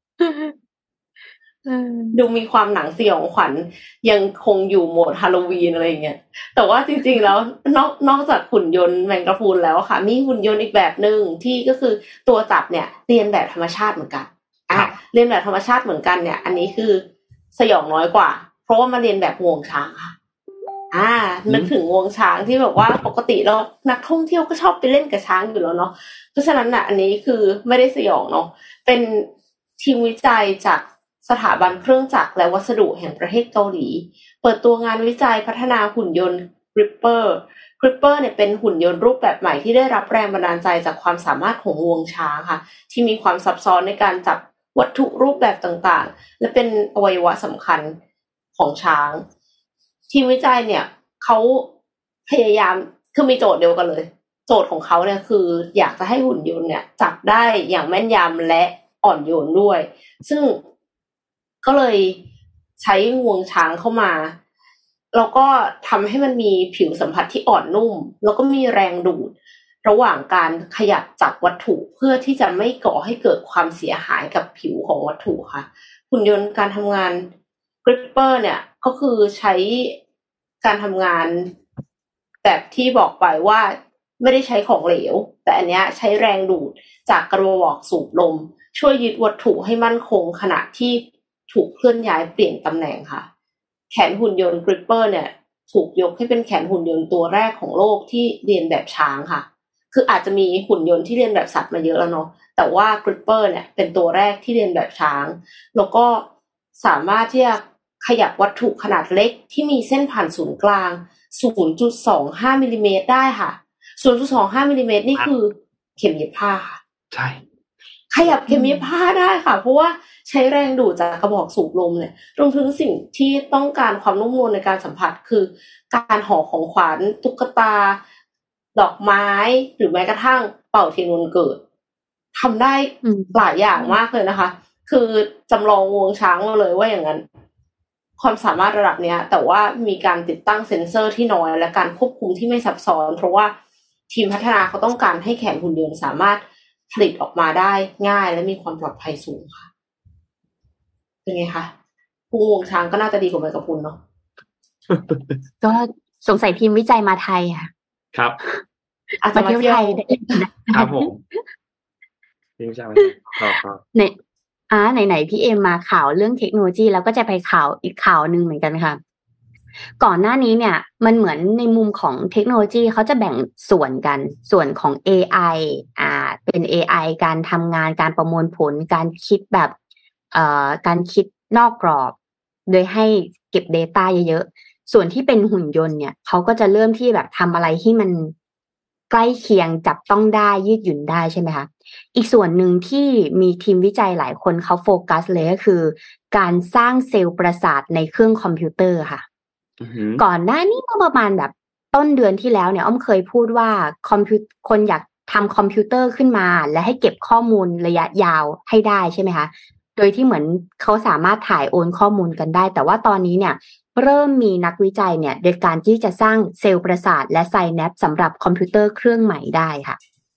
ดูมีความหนังสยองขวัญยังคงอยู่โหมดฮาโลวีนอะไรอย่างเงี้ยแต่ว่าจริงๆแล้วนอกนอกจากหุ่นยนต์แมงกะพรุนแล้วค่ะมีหุ่นยนต์อีกแบบนึงที่ก็คือตัวจับเนี่ยเรียนแบบธรรมชาติเหมือนกันอ่ะเรียนแบบธรรมชาติเหมือนกันเนี่ยอันนี้คือสยองน้อยกว่าเพราะว่ามาเรียนแบบงวงช้างค่ะอ่านึกถึงงวงช้างที่แบบว่าปกติแล้วนักท่องเที่ยวก็ชอบไปเล่นกับช้างอยู่แล้วเนาะเพราะฉะนั้นน่ะอันนี้คือไม่ได้สยองเนาะเป็นทีมวิจัยจากสถาบันเครื่องจักรและวัสดุแห่งประเทศเกาหลีเปิดตัวงานวิจัยพัฒนาหุ่นยนต์ Gripper Gripper เนี่ยเป็นหุ่นยนต์รูปแบบใหม่ที่ได้รับแรงบันดาลใจจากความสามารถของงวงช้างค่ะที่มีความซับซ้อนในการจับวัตถุรูปแบบต่างๆและเป็นอวัยวะสำคัญของช้างทีมวิจัยเนี่ยเขาพยายามคือมีโจทย์เดียวกันเลยโจทย์ของเขาเนี่ยคืออยากจะให้หุ่นยนต์เนี่ยจับได้อย่างแม่นยำและอ่อนโยนด้วยซึ่งก็เลยใช้งวงช้างเข้ามาแล้วก็ทำให้มันมีผิวสัมผัสที่อ่อนนุ่มแล้วก็มีแรงดูดระหว่างการขยับจับวัตถุเพื่อที่จะไม่ก่อให้เกิดความเสียหายกับผิวของวัตถุค่ะหุ่นยนต์การทำงาน Gripper เนี่ยก็คือใช้การทำงานแบบที่บอกไปว่าไม่ได้ใช้ของเหลวแต่อันเนี้ยใช้แรงดูดจากกระบอกสูบลมช่วยยึดวัตถุให้มั่นคงขณะที่ถูกเคลื่อนย้ายเปลี่ยนตำแหน่งค่ะแขนหุ่นยนต์ Gripper เนี่ยถูกยกให้เป็นแขนหุ่นยนต์ตัวแรกของโลกที่เรียนแบบช้างค่ะคืออาจจะมีหุ่นยนต์ที่เรียนแบบสัตว์มาเยอะแล้วเนาะแต่ว่า Gripper เนี่ยเป็นตัวแรกที่เรียนแบบช้างแล้วก็สามารถที่จะขยับวัตถุขนาดเล็กที่มีเส้นผ่านศูนย์กลาง ศูนย์จุดสองห้า มิลลิเมตรได้ค่ะ ศูนย์จุดสองห้า มิลลิเมตรนี่คือเข็มเย็บผ้าค่ะ
ใช่
ขยับเข็มเย็บผ้าได้ค่ะเพราะว่าใช้แรงดูดจากกระบอกสูบลมเนี่ยรวมถึงสิ่งที่ต้องการความนุ่มนวลในการสัมผัสคือการห่อของขวัญตุ๊กตาดอกไม้หรือแม้กระทั่งเป่าเทียนวันเกิดทำได้หลายอย่างมากเลยนะคะคือจำลองงวงช้างมาเลยว่าอย่างนั้นความสามารถระดับเนี้ยแต่ว่ามีการติดตั้งเซ็นเซอร์ที่น้อยและการควบคุมที่ไม่ซับซ้อนเพราะว่าทีมพัฒนาเขาต้องการให้แขนหุ่นยนต์สามารถผลิตออกมาได้ง่ายและมีความปลอดภัยสูงค่ะเป็นไงคะผู้งวงช้างก็น่าจะดีกว่าแมงกะพรุนเนาะ
ก็สงสัยทีมวิจัยมาไทยค่ะ
ครับ
มาเที่ยวไทย
ครับผมทีมวิจัยมาครับ
เนี่ยอ่าไหนๆพี่เอ็มมาข่าวเรื่องเทคโนโลยีแล้วก็จะไปข่าวอีกข่าวนึงเหมือนกันค่ะก่อนหน้านี้เนี่ยมันเหมือนในมุมของเทคโนโลยีเขาจะแบ่งส่วนกันส่วนของ เอ ไอ อ่าเป็น เอ ไอ การทำงานการประมวลผลการคิดแบบเอ่อการคิดนอกกรอบโดยให้เก็บ data เยอะๆส่วนที่เป็นหุ่นยนต์เนี่ยเขาก็จะเริ่มที่แบบทำอะไรที่มันใกล้เคียงจับต้องได้ยืดหยุ่นได้ใช่ไหมคะอีกส่วนหนึ่งที่มีทีมวิจัยหลายคนเขาโฟกัสเลยก็คือการสร้างเซลล์ประสาทในเครื่องคอมพิวเตอร์ค่ะ
uh-huh.
ก่อนหน้านี้ก็ประมาณแบบต้นเดือนที่แล้วเนี่ยอ้อมเคยพูดว่าคอมพิวคนอยากทำคอมพิวเตอร์ขึ้นมาและให้เก็บข้อมูลระยะยาวให้ได้ใช่ไหมคะโดยที่เหมือนเขาสามารถถ่ายโอนข้อมูลกันได้แต่ว่าตอนนี้เนี่ยเริ่มมีนักวิจัยเนี่ยโดยการที่จะสร้างเซลล์ประสาทและไซแนปสำหรับคอมพิวเตอร์เครื่องใหม่ได้ค่ะ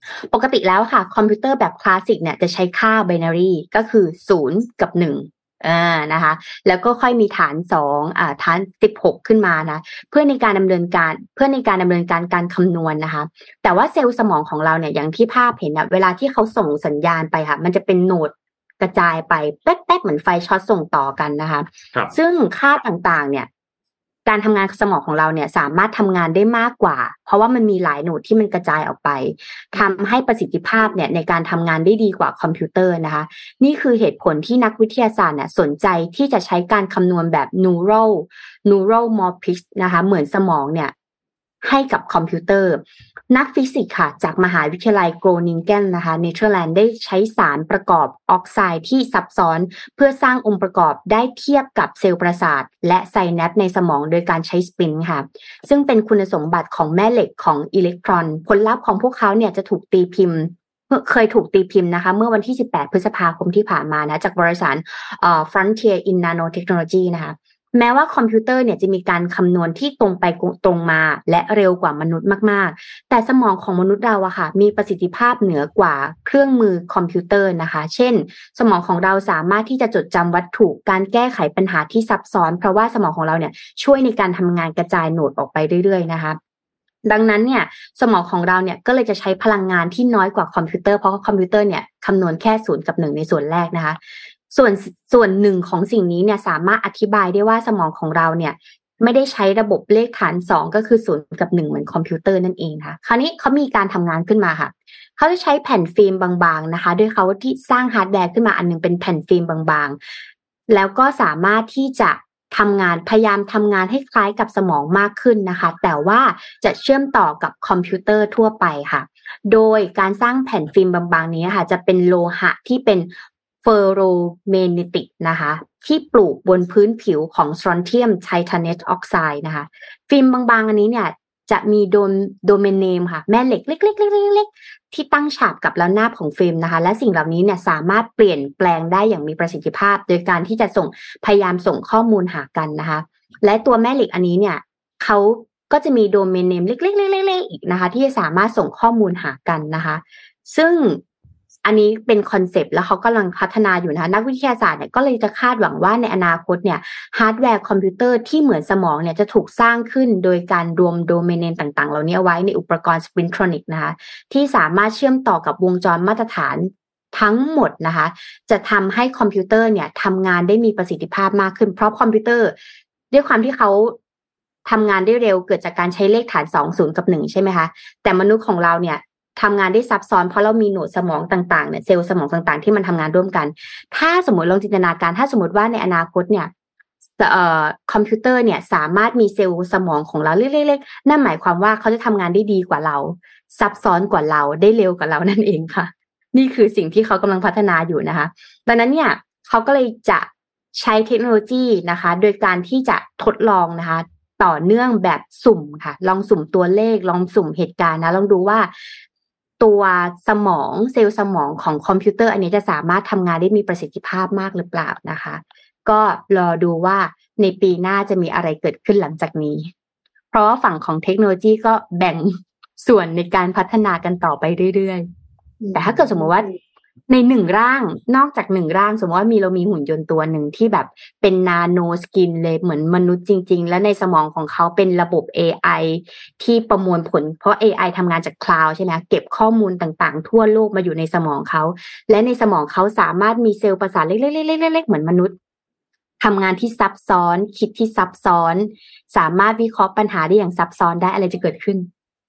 ปกติแล้วค่ะคอมพิวเตอร์แบบคลาสสิกเนี่ยจะใช้ค่า binary ก็คือศูนย์กับหนึ่งอ่านะคะแล้วก็ค่อยมีฐานสองอ่าฐานสิบหกขึ้นมานะเพื่อในการดำเนินการเพื่อในการดำเนินการการคำนวณนะคะแต่ว่าเซลล์สมองของเราเนี่ยอย่างที่ภาพเห็นนะเวลาที่เขาส่งสัญญาณไปค่ะมันจะเป็นโหนดกระจายไปแป๊บๆเหมือนไฟช็อตส่งต่อกันนะคะซึ่งค่าต่างๆเนี่ยการทำงานสมองของเราเนี่ยสามารถทำงานได้มากกว่าเพราะว่ามันมีหลายโหนดที่มันกระจายออกไปทำให้ประสิทธิภาพเนี่ยในการทำงานได้ดีกว่าคอมพิวเตอร์นะคะนี่คือเหตุผลที่นักวิทยาศาสตร์เนี่ยสนใจที่จะใช้การคำนวณแบบ neural neural morphic นะคะเหมือนสมองเนี่ยให้กับคอมพิวเตอร์นักฟิสิกส์ค่ะจากมหาวิทยาลัยโกรนิงเกนนะคะเนเธอร์แลนด์ได้ใช้สารประกอบออกไซด์ที่ซับซ้อนเพื่อสร้างองค์ประกอบได้เทียบกับเซลล์ประสาทและไซแนปในสมองโดยการใช้สปินค่ะซึ่งเป็นคุณสมบัติของแม่เหล็กของอิเล็กตรอนผลลัพธ์ของพวกเขาเนี่ยจะถูกตีพิมพ์เคยถูกตีพิมพ์นะคะเมื่อวันที่สิบแปดพฤษภาคมที่ผ่านมานะจากบริษัทเอ่อ Frontier in Nanotechnology นะคะแม้ว่าคอมพิวเตอร์เนี่ยจะมีการคำนวณที่ตรงไปตรงมาและเร็วกว่ามนุษย์มากๆแต่สมองของมนุษย์เราอะค่ะมีประสิทธิภาพเหนือกว่าเครื่องมือคอมพิวเตอร์นะคะเช่นสมองของเราสามารถที่จะจดจำวัตถุการแก้ไขปัญหาที่ซับซ้อนเพราะว่าสมองของเราเนี่ยช่วยในการทำงานกระจายโหนดออกไปเรื่อยๆนะคะดังนั้นเนี่ยสมองของเราเนี่ยก็เลยจะใช้พลังงานที่น้อยกว่าคอมพิวเตอร์เพราะคอมพิวเตอร์เนี่ยคำนวณแค่ศูนย์กับหนึ่งในส่วนแรกนะคะส่วนส่วนหนึ่งของสิ่งนี้เนี่ยสามารถอธิบายได้ว่าสมองของเราเนี่ยไม่ได้ใช้ระบบเลขฐานสองก็คือศูนย์กับหนึ่งเหมือนคอมพิวเตอร์นั่นเองค่ะคราวนี้เขามีการทำงานขึ้นมาค่ะเขาจะใช้แผ่นฟิล์มบางๆนะคะโดยเขาที่สร้างฮาร์ดแวร์ขึ้นมาอันนึงเป็นแผ่นฟิล์มบางๆแล้วก็สามารถที่จะทำงานพยายามทำงานให้คล้ายกับสมองมากขึ้นนะคะแต่ว่าจะเชื่อมต่อกับคอมพิวเตอร์ทั่วไปค่ะโดยการสร้างแผ่นฟิล์มบางๆนี้ค่ะจะเป็นโลหะที่เป็นเฟอร์โรแมกเนติกนะคะที่ปลูกบนพื้นผิวของสตรอนเทียมไทเทเนตออกไซด์นะคะฟิล์มบางๆอันนี้เนี่ยจะมีโดมโดเมนเนมค่ะแม่เหล็กเล็กๆๆๆที่ตั้งฉากกับระนาบของฟิล์มนะคะและสิ่งเหล่านี้เนี่ยสามารถเปลี่ยนแปลงได้อย่างมีประสิทธิภาพโดยการที่จะส่งพยายามส่งข้อมูลหากันนะคะและตัวแม่เหล็กอันนี้เนี่ยเขาก็จะมีโดเมนเนมเล็กๆๆๆอีกนะคะที่จะสามารถส่งข้อมูลหากันนะคะซึ่งอันนี้เป็นคอนเซปต์แล้วเขากำลังพัฒนาอยู่นะคะนักวิทยาศาสตร์เนี่ยก็เลยจะคาดหวังว่าในอนาคตเนี่ยฮาร์ดแวร์คอมพิวเตอร์ที่เหมือนสมองเนี่ยจะถูกสร้างขึ้นโดยการรวมโดเมนเนมต่างๆเหล่านี้เอาไว้ในอุปกรณ์สปรินทรอนิกนะคะที่สามารถเชื่อมต่อกับวงจรมาตรฐานทั้งหมดนะคะจะทำให้คอมพิวเตอร์เนี่ยทำงานได้มีประสิทธิภาพมากขึ้นเพราะคอมพิวเตอร์ด้วยความที่เขาทำงานได้เร็วเกิดจากการใช้เลขฐานสอง ศูนย์กับหนึ่งใช่ไหมคะแต่มนุษย์ของเราเนี่ยทำงานได้ซับซ้อนเพราะเรามีหนวดสมองต่างๆเนี่ยเซลล์สมองต่างๆที่มันทำงานร่วมกันถ้าสมมติลองจินตนาการถ้าสมมติว่าในอนาคตเนี่ยเอ่อคอมพิวเตอร์เนี่ยสามารถมีเซลล์สมองของเราเล็กๆๆนั่นหมายความว่าเขาจะทำงานได้ดีกว่าเราซับซ้อนกว่าเราได้เร็วกว่าเรานั่นเองค่ะนี่คือสิ่งที่เขากำลังพัฒนาอยู่นะคะดังนั้นเนี่ยเขาก็เลยจะใช้เทคโนโลยีนะคะโดยการที่จะทดลองนะคะต่อเนื่องแบบสุ่มค่ะลองสุ่มตัวเลขลองสุ่มเหตุการณ์นะลองดูว่าตัวสมองเซลล์สมองของคอมพิวเตอร์อันนี้จะสามารถทำงานได้มีประสิทธิภาพมากหรือเปล่านะคะก็รอดูว่าในปีหน้าจะมีอะไรเกิดขึ้นหลังจากนี้เพราะว่าฝั่งของเทคโนโลยีก็แบ่งส่วนในการพัฒนากันต่อไปเรื่อยๆแต่ถ้าเกิดสมมติว่าในหนึ่งร่างนอกจากหนึ่งร่างสมมติว่ามีเรามีหุ่นยนต์ตัวหนึ่งที่แบบเป็นนาโนสกินเลยเหมือนมนุษย์จริงๆและในสมองของเขาเป็นระบบ เอ ไอ ที่ประมวลผลเพราะ เอ ไอ ทำงานจากคลาวด์ใช่ไหมเก็บข้อมูลต่างๆทั่วโลกมาอยู่ในสมองเขาและในสมองเขาสามารถมีเซลล์ประสาทเล็กๆๆๆๆเหมือนมนุษย์ทำงานที่ซับซ้อนคิดที่ซับซ้อนสามารถวิเคราะห์ปัญหาได้อย่างซับซ้อนได้อะไรจะเกิดขึ้น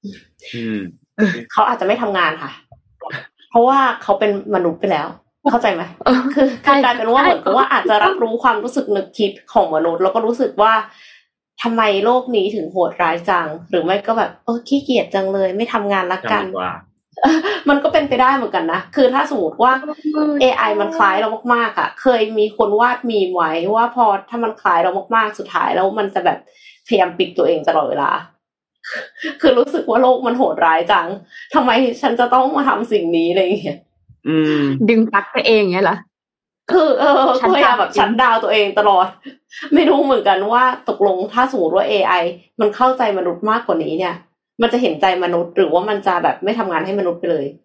เขาอาจจะไม่ทำงานค่ะเพราะว่าเขาเป็นมนุษย์ไปแล้วเข้าใจไหมคือกลายเป็นว่าเหมือนกับว่าอาจจะรับรู้ความรู้สึกนึกคิดของมนุษย์แล้วก็รู้สึกว่าทำไมโลกนี้ถึงโหดร้ายจังหรือไม่ก็แบบเออขี้เกียจจังเลยไม่ทำงานละกันมันก็เป็นไปได้เหมือนกันนะคือถ้าสมมติว่า เอ ไอ มันคล้ายเรามากๆอ่ะเคยมีคนวาดมีมไว้ว่าพอถ้ามันคล้ายเรามากๆสุดท้ายแล้วมันจะแบบพยายามปิดตัวเองตลอดเวลาคือรู้สึกว่าโลกมันโหดร้ายจังทำไมฉันจะต้องมาทำสิ่งนี้อะไรอย่างเงี้ย
ดึงปลั๊กตัวเองเงี้ยเหรอ
คือเออพยายามแบบชัตดาวน์ตัวเองตลอดไม่รู้เหมือนกันว่าตกลงถ้าสมมติว่า เอ ไอ มันเข้าใจมนุษย์มากกว่านี้เนี่ยมันจะเห็นใจมนุษย์หรือว่ามันจะแบบไม่ทำงานให้มนุษย์ไปเลย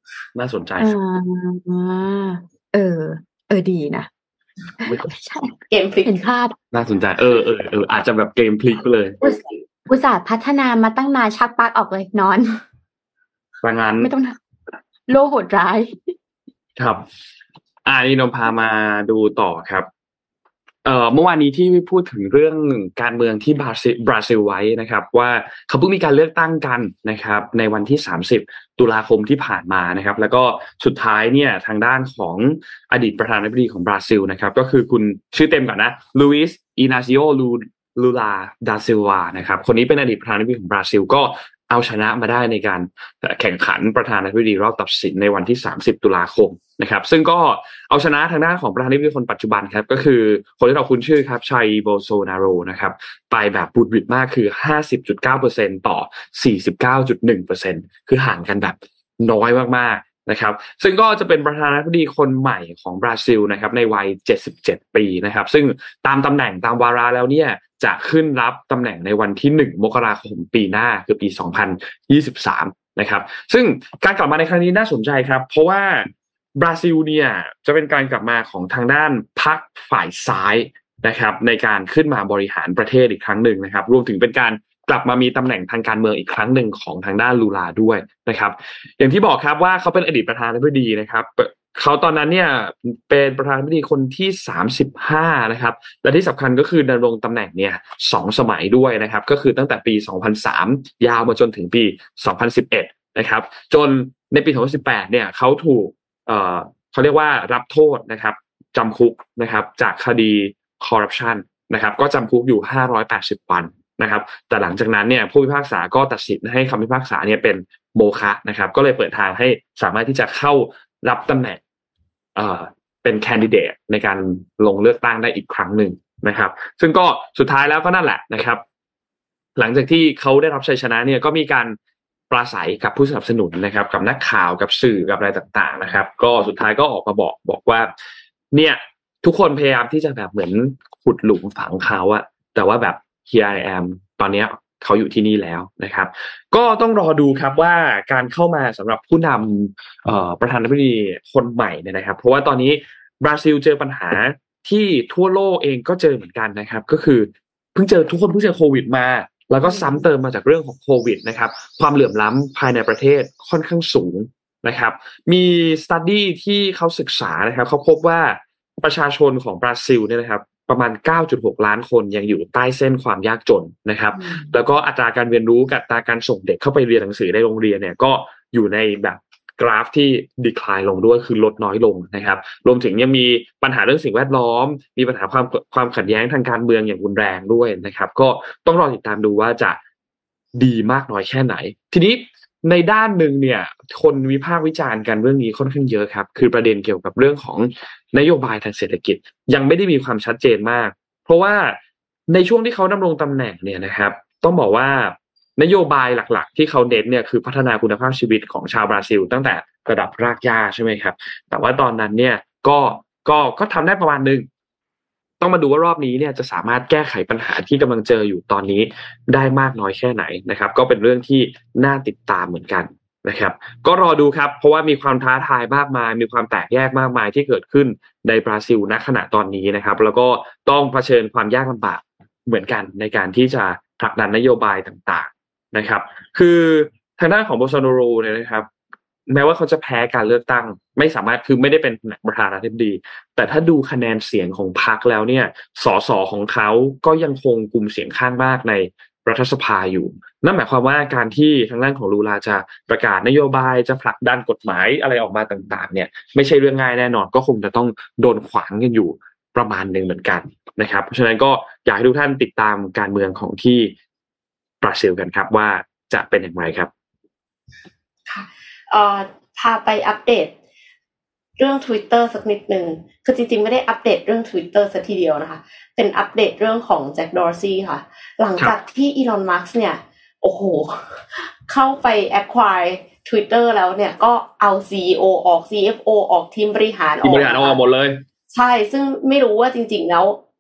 น่าสนใจ
อ่าเออเออดีนะใช่
เกมพลิก
เห็นภาพ
น่าสนใจเออเออเอออาจจะแบบเกมพลิกไปเลย
อุตส่าห์พัฒนามาตั้งนานชักปลั๊กออกเลยนอน
ว่างั้น
ไม่ต้องโลกโหดร้าย
ครับอ่านี่นมพามาดูต่อครับเอ่อเมื่อวานนี้ที่พูดถึงเรื่องการเมืองที่บราซิลบราซิลไว้นะครับว่าเขาเพิ่งมีการเลือกตั้งกันนะครับในวันที่สามสิบตุลาคมที่ผ่านมานะครับแล้วก็สุดท้ายเนี่ยทางด้านของอดีตประธานาธิบดีของบราซิลนะครับก็คือคุณชื่อเต็มก่อนนะลูอิสอินาซิโอลูลูลาดาซิลวานะครับคนนี้เป็นอดีตประธานาธิบดีของบราซิลก็เอาชนะมาได้ในการแข่งขันประธานาธิบดีรอบตัดสินในวันที่สามสิบตุลาคมนะครับซึ่งก็เอาชนะทางด้านของประธานาธิบดีคนปัจจุบันครับก็คือคนที่เราคุ้นชื่อครับชัยโบโซนาโรนะครับไปแบบบุดหวิดมากคือ ห้าสิบจุดเก้าเปอร์เซ็นต์ ต่อ สี่สิบเก้าจุดหนึ่งเปอร์เซ็นต์ คือห่างกันแบบน้อยมากๆนะครับซึ่งก็จะเป็นประธานาธิบดีคนใหม่ของบราซิลนะครับในวัยเจ็ดสิบเจ็ดปีนะครับซึ่งตามตำแหน่งตามวาระแล้วเนี่ยจะขึ้นรับตำแหน่งในวันที่หนึ่งมกราคมปีหน้าคือปีสองพันยี่สิบสามนะครับซึ่งการกลับมาในครั้งนี้น่าสนใจครับเพราะว่าบราซิลเนี่ยจะเป็นการกลับมาของทางด้านพรรคฝ่ายซ้ายนะครับในการขึ้นมาบริหารประเทศอีกครั้งหนึ่งนะครับรวมถึงเป็นการกลับมามีตำแหน่งทางการเมืองอีกครั้งหนึ่งของทางด้านลูลาด้วยนะครับอย่างที่บอกครับว่าเขาเป็นอดีตประธานาธิบดีนะครับเขาตอนนั้นเนี่ยเป็นประธานาธิบดีคนที่สามสิบห้านะครับและที่สำคัญก็คือดำรงตำแหน่งเนี่ยสองสมัยด้วยนะครับก็คือตั้งแต่ปีสองพันสามยาวมาจนถึงปีสองพันสิบเอ็ดนะครับจนในปีสองพันสิบแปดเนี่ยเขาถูกเอ่อเขาเรียกว่ารับโทษนะครับจำคุกนะครับจากคดีคอร์รัปชันนะครับก็จำคุกอยู่ห้าร้อยแปดสิบวันนะครับแต่หลังจากนั้นเนี่ยผู้พิพากษาก็ตัดสินให้คำพิพากษาเนี่ยเป็นโมฆะนะครับก็เลยเปิดทางให้สามารถที่จะเข้ารับตำแหน่งเอ่อเป็นแคนดิเดตในการลงเลือกตั้งได้อีกครั้งหนึ่งนะครับซึ่งก็สุดท้ายแล้วก็นั่นแหละนะครับหลังจากที่เขาได้รับชัยชนะเนี่ยก็มีการปราศัยกับผู้สนับสนุนนะครับกับนักข่าวกับสื่อกับอะไรต่างๆนะครับก็สุดท้ายก็ออกมาบอกบอกว่าเนี่ยทุกคนพยายามที่จะแบบเหมือนขุดหลุมฝังเขาอะแต่ว่าแบบ here I am ตอนนี้เขาอยู่ที่นี่แล้วนะครับก็ต้องรอดูครับว่าการเข้ามาสำหรับผู้นำเอ่อประธานาธิบดีคนใหม่เนี่ยนะครับเพราะว่าตอนนี้บราซิลเจอปัญหาที่ทั่วโลกเองก็เจอเหมือนกันนะครับก็คือเพิ่งเจอทุกคนเพิ่งเจอโควิดมาแล้วก็ซ้ำเติมมาจากเรื่องของโควิดนะครับความเหลื่อมล้ำภายในประเทศค่อนข้างสูงนะครับมีสตั๊ดดี้ที่เขาศึกษานะครับเขาพบว่าประชาชนของบราซิลเนี่ยนะครับประมาณ เก้าจุดหก ล้านคนยังอยู่ใต้เส้นความยากจนนะครับแล้วก็อัตราการเรียนรู้กับอัตราการส่งเด็กเข้าไปเรียนหนังสือในโรงเรียนเนี่ยก็อยู่ในแบบกราฟที่ดีคลายลงด้วยคือลดน้อยลงนะครับรวมถึงยังมีปัญหาเรื่องสิ่งแวดล้อมมีปัญหาความความขัดแย้งทางการเมืองอย่างรุนแรงด้วยนะครับก็ต้องรอติดตามดูว่าจะดีมากน้อยแค่ไหนทีนี้ในด้านหนึ่งเนี่ยคนวิพากษ์วิจารณ์กันเรื่องนี้ค่อนข้างเยอะครับคือประเด็นเกี่ยวกับเรื่องของนโยบายทางเศรษฐกิจยังไม่ได้มีความชัดเจนมากเพราะว่าในช่วงที่เขาดำรงตำแหน่งเนี่ยนะครับต้องบอกว่านโยบายหลักๆที่เขาเน้นเนี่ยคือพัฒนาคุณภาพชีวิตของชาวบราซิลตั้งแต่ระดับรากหญ้าใช่ไหมครับแต่ว่าตอนนั้นเนี่ยก็ก็ก็ทำได้ประมาณนึงต้องมาดูว่ารอบนี้เนี่ยจะสามารถแก้ไขปัญหาที่กำลังเจออยู่ตอนนี้ได้มากน้อยแค่ไหนนะครับก็เป็นเรื่องที่น่าติดตามเหมือนกันนะครับก็รอดูครับเพราะว่ามีความท้าทายมากมายมีความแตกแยกมากมายที่เกิดขึ้นในบราซิลณขณะตอนนี้นะครับแล้วก็ต้องเผชิญความยากลำบากเหมือนกันในการที่จะผลักดันนโยบายต่างๆนะครับคือทางด้านของโบโซนาโรเนี่ยนะครับแม้ว่าเขาจะแพ้การเลือกตั้งไม่สามารถคือไม่ได้เป็นประธานาธิบดีแต่ถ้าดูคะแนนเสียงของพรรคแล้วเนี่ยสสของเขาก็ยังคงกลุ่มเสียงข้างมากในรัฐสภาอยู่นั่นหมายความว่าการที่ทางด้านของลูลาจะประกาศนโยบายจะผลักดันกฎหมายอะไรออกมาต่างๆเนี่ยไม่ใช่เรื่องง่ายแน่นอนก็คงจะต้องโดนขวางกันอยู่ประมาณนึงเหมือนกันนะครับเพราะฉะนั้นก็อยากให้ทุกท่านติดตามการเมืองของที่บราซิลกันครับว่าจะเป็นอย่างไรครับ
ค่ะเอ่อพาไปอัปเดตเรื่อง Twitter สักนิดนึงคือจริงๆไม่ได้อัปเดตเรื่อง Twitter สักทีเดียวนะคะเป็นอัปเดตเรื่องของแจ็คดอร์ซีค่ะหลังจากที่อีลอนมัสก์เนี่ยโอ้โหเข้าไป acquire Twitter แล้วเนี่ยก็เอา ซี อี โอ ออก ซี เอฟ โอ ออกทีมบริหารออก
ทีมบริหารออกหมดเลย
ใช่ซึ่งไม่รู้ว่าจริงๆแล้ว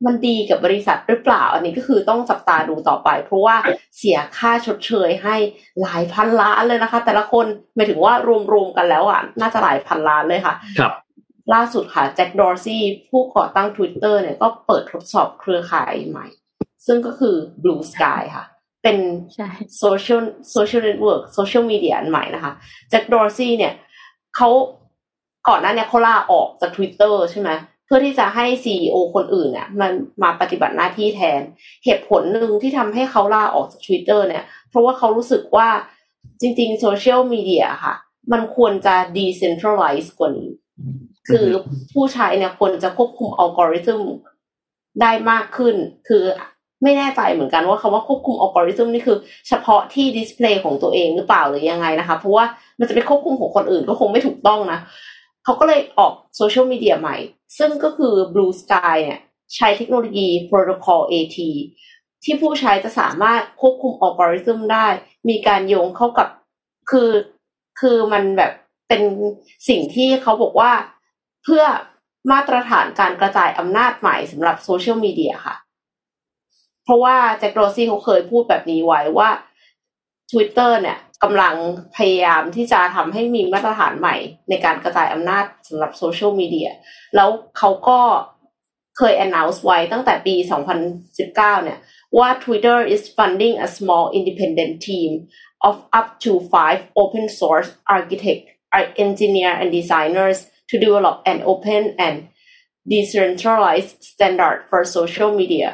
มันดีกับบริษัทหรือเปล่าอันนี้ก็คือต้องจับตาดูต่อไปเพราะว่าเสียค่าชดเชยให้หลายพันล้านเลยนะคะแต่ละคนหมายถึงว่ารวมๆกันแล้วอ่ะน่าจะหลายพันล้านเลยค่ะ
ครับ
ล่าสุดค่ะแจ็คดอร์ซี่ผู้ก่อตั้ง Twitter เนี่ยก็เปิดทดสอบเครือข่ายใหม่ซึ่งก็คือ Blue Sky ค่ะเป็นโซเชียลโซเชียลเน็ตเวิร์กโซเชียลมีเดียอันใหม่นะคะแจ็คดอร์ซี่เนี่ยเขาก่อนหน้านี้เขาลาออกจาก Twitter ใช่ไหมเพื่อที่จะให้ ซี อี โอ คนอื่นเนี่ยมันมาปฏิบัติหน้าที่แทนเหตุผลหนึ่งที่ทำให้เขาลาออกจาก Twitter เนี่ยเพราะว่าเขารู้สึกว่าจริงๆโซเชียลมีเดียค่ะมันควรจะ decentralize กว่านี้คือผู้ใช้เนี่ยควรจะควบคุมอัลกอริทึมได้มากขึ้นคือไม่แน่ใจเหมือนกันว่าคำว่าควบคุมอัลกอริทึมนี่คือเฉพาะที่ดิสเพลย์ของตัวเองหรือเปล่าหรือยังไงนะคะเพราะว่ามันจะไปควบคุมของคนอื่นก็คงไม่ถูกต้องนะเขาก็เลยออกโซเชียลมีเดียใหม่ซึ่งก็คือ Blue Sky เนี่ยใช้เทคโนโลยี Protocol เอ ที ที่ผู้ใช้จะสามารถควบคุมอัลกอริทึมได้มีการโยงเข้ากับคือคือมันแบบเป็นสิ่งที่เขาบอกว่าเพื่อมาตรฐานการกระจายอำนาจใหม่สำหรับโซเชียลมีเดียค่ะเพราะว่าแจ็คโรซี่เขาเคยพูดแบบนี้ไว้ว่า Twitter เนี่ยกำลังพยายามที่จะทำให้มีมาตรฐานใหม่ในการกระจายอำนาจสำหรับโซเชียลมีเดียแล้วเขาก็เคย announce ไว้ตั้งแต่ปีสองพันสิบเก้าเนี่ยว่า Twitter is funding a small independent team of up to five open source architects, engineers and designers to develop an open and decentralized standard for social media.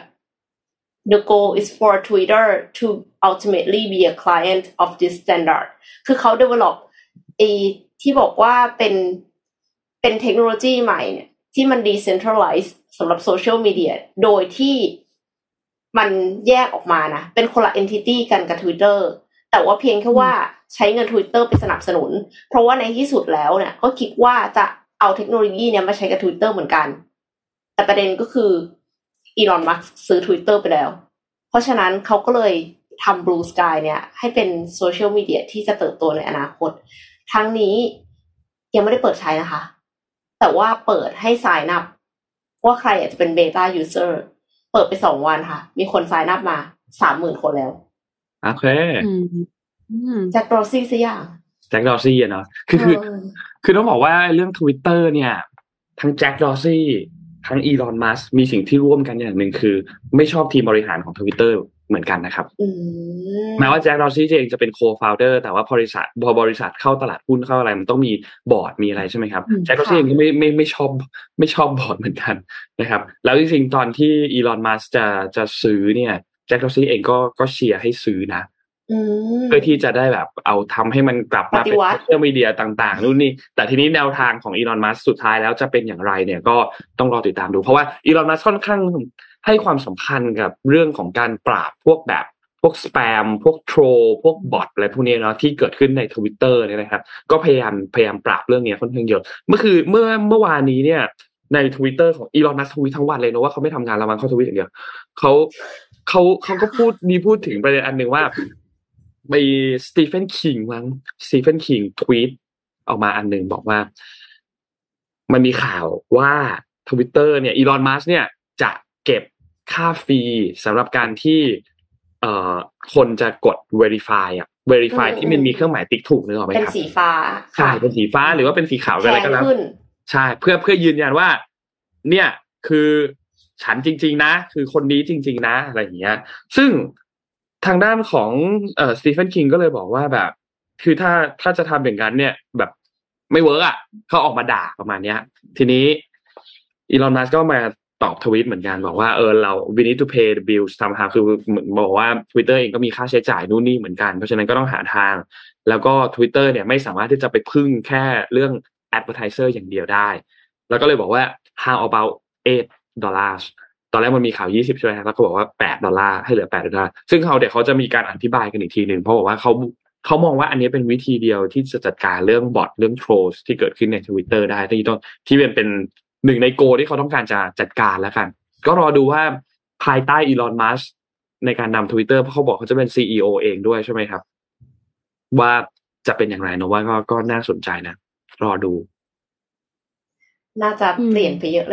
The goal is for Twitter to ultimately be a client of this standard. คือเขา develop ไอ้ที่บอกว่าเป็นเป็นเทคโนโลยีใหม่เนี่ยที่มัน decentralized สำหรับโซเชียลมีเดียโดยที่มันแยกออกมานะเป็นคนละ entity กันกับ Twitter แต่ว่าเพียงแค่ว่าใช้เงิน Twitter ไปสนับสนุนเพราะว่าในที่สุดแล้วเนี่ยก็คิดว่าจะเอาเทคโนโลยีเนี่ยมาใช้กับ Twitter เหมือนกันแต่ประเด็นก็คืออีลอนมัสก์ซื้อ Twitter ไปแล้วเพราะฉะนั้นเขาก็เลยทำ Blue Sky เนี่ยให้เป็นโซเชียลมีเดียที่จะเติบโตในอนาคตทั้งนี้ยังไม่ได้เปิดใช้นะคะแต่ว่าเปิดให้ sign up ว่าใครอยากจะเป็น beta user เปิดไปสองวันค่ะมีคน sign up มา สามหมื่น คนแล้ว
โอเค
แจ็คดอร์ซี่ซะอย่าง
แจ็คดอร์ซี่อ่ะเนาะคือคือคือต้องบอกว่าเรื่อง Twitter เนี่ยทั้งแจ็คดอร์ซี่ทั้งอีลอนมัสก์มีสิ่งที่ร่วมกันอย่างหนึ่งคือไม่ชอบทีมบริหารของ Twitter เหมือนกันนะครับแม้ว่าแจ็คดอร์ซี่เองจะเป็นโคฟาวเดอร์แต่ว่าบริษัทพอบริษัทเข้าตลาดหุ้นเข้าอะไรมันต้องมีบอร์ดมีอะไรใช่ไหมครับแจ็คดอร์ซี่เองก็ไม่ไม่ไม่ชอบไม่ชอบบอร์ดเหมือนกันนะครับแล้วจริงๆตอนที่อีลอนมัสก์จะจะซื้อเนี่ยแจ็คดอร์ซี่เองก็ก็เชียร์ให้ซื้อนะเพื่อที่จะได้แบบเอาทำให้มันกลับมาเป็นโซเชียลมีเดียต่างๆนู่นนี่แต่ทีนี้แนวทางของอีลอนมัสก์สุดท้ายแล้วจะเป็นอย่างไรเนี่ยก็ต้องรอติดตามดูเพราะว่าอีลอนมัสก์ค่อนข้างให้ความสำคัญกับเรื่องของการปราบพวกแบบพวกสแปมพวกโทรพวกบอทอะไรพวกนี้เนาะที่เกิดขึ้นใน Twitter เนี่ยนะครับก็พยายามพยายามปราบเรื่องนี้ค่อนข้างเยอะเมื่อคือเมื่อเมื่อวานนี้เนี่ยใน Twitter ของอีลอนมัสก์ทวีตทั้งวันเลยนะว่าเขาไม่ทำงานแล้วมันเขาทวีตอย่างเดียวเขาเขาเขาก็พูดมีพูดถึงประเด็นอันนึงว่าไปสตีเฟนคิงมั้งสตีเฟนคิงทวีตออกมาอันนึงบอกว่ามันมีข่าวว่า Twitter เนี่ยอีลอนมัสก์เนี่ยจะเก็บค่าฟรีสำหรับการที่เอ่อคนจะกด verify อ่ะ verify ที่มันมีเครื่องหมายติ๊กถูกนึกออกไหมครับ
เป็นสีฟ้า
ใช่เป็นสีฟ้าหรือว่าเป็นสีขาวอะไรก็แล้วใช่เพื่อเพื่อยืนยันว่าเนี่ยคือฉันจริงๆนะคือคนนี้จริงๆนะอะไรอย่างเงี้ยซึ่งทางด้านของเอ่อสตีเฟนคิงก็เลยบอกว่าแบบคือถ้าถ้าจะทำอย่างนั้นเนี่ยแบบไม่เวิร์กอ่ะเขาออกมาด่าประมาณเนี้ยทีนี้อีลอนมัสก์ก็มาตอบทวีตเหมือนกันบอกว่าเออเรา we need to pay the bills somehow คือเหมือนบอกว่า Twitter เองก็มีค่าใช้จ่ายนู่นนี่เหมือนกันเพราะฉะนั้นก็ต้องหาทางแล้วก็ Twitter เนี่ยไม่สามารถที่จะไปพึ่งแค่เรื่อง advertiser อย่างเดียวได้แล้วก็เลยบอกว่า how about eight dollars ตอนแรกมันมีข่าวยี่สิบใช่ไหมแล้วก็บอกว่าแปดดอลลาร์ให้เหลือแปดดอลลาร์ซึ่งเขาเดี๋ยวเขาจะมีการอธิบายกันอีกทีนึงเพราะบอกว่าเขาเขามองว่าอันนี้เป็นวิธีเดียวที่จะจัดการเรื่องบอทเรื่อง trolls ที่เกิดขึ้นใน Twitter ได้ที่ต้องที่เป็นเป็นหนึ่งในโกที่เขาต้องการจะจัดการแล้วกันก็รอดูว่าภายใต้อีลอนมัสก์ในการนำ Twitter เพราะเขาบอกเขาจะเป็น ซี อี โอ เองด้วยใช่ไหมครับว่าจะเป็นอย่างไรนะว่าก็ก็น่าสนใจนะรอดู
น่าจะเปลี่ยนไปเยอะเลยค่ะ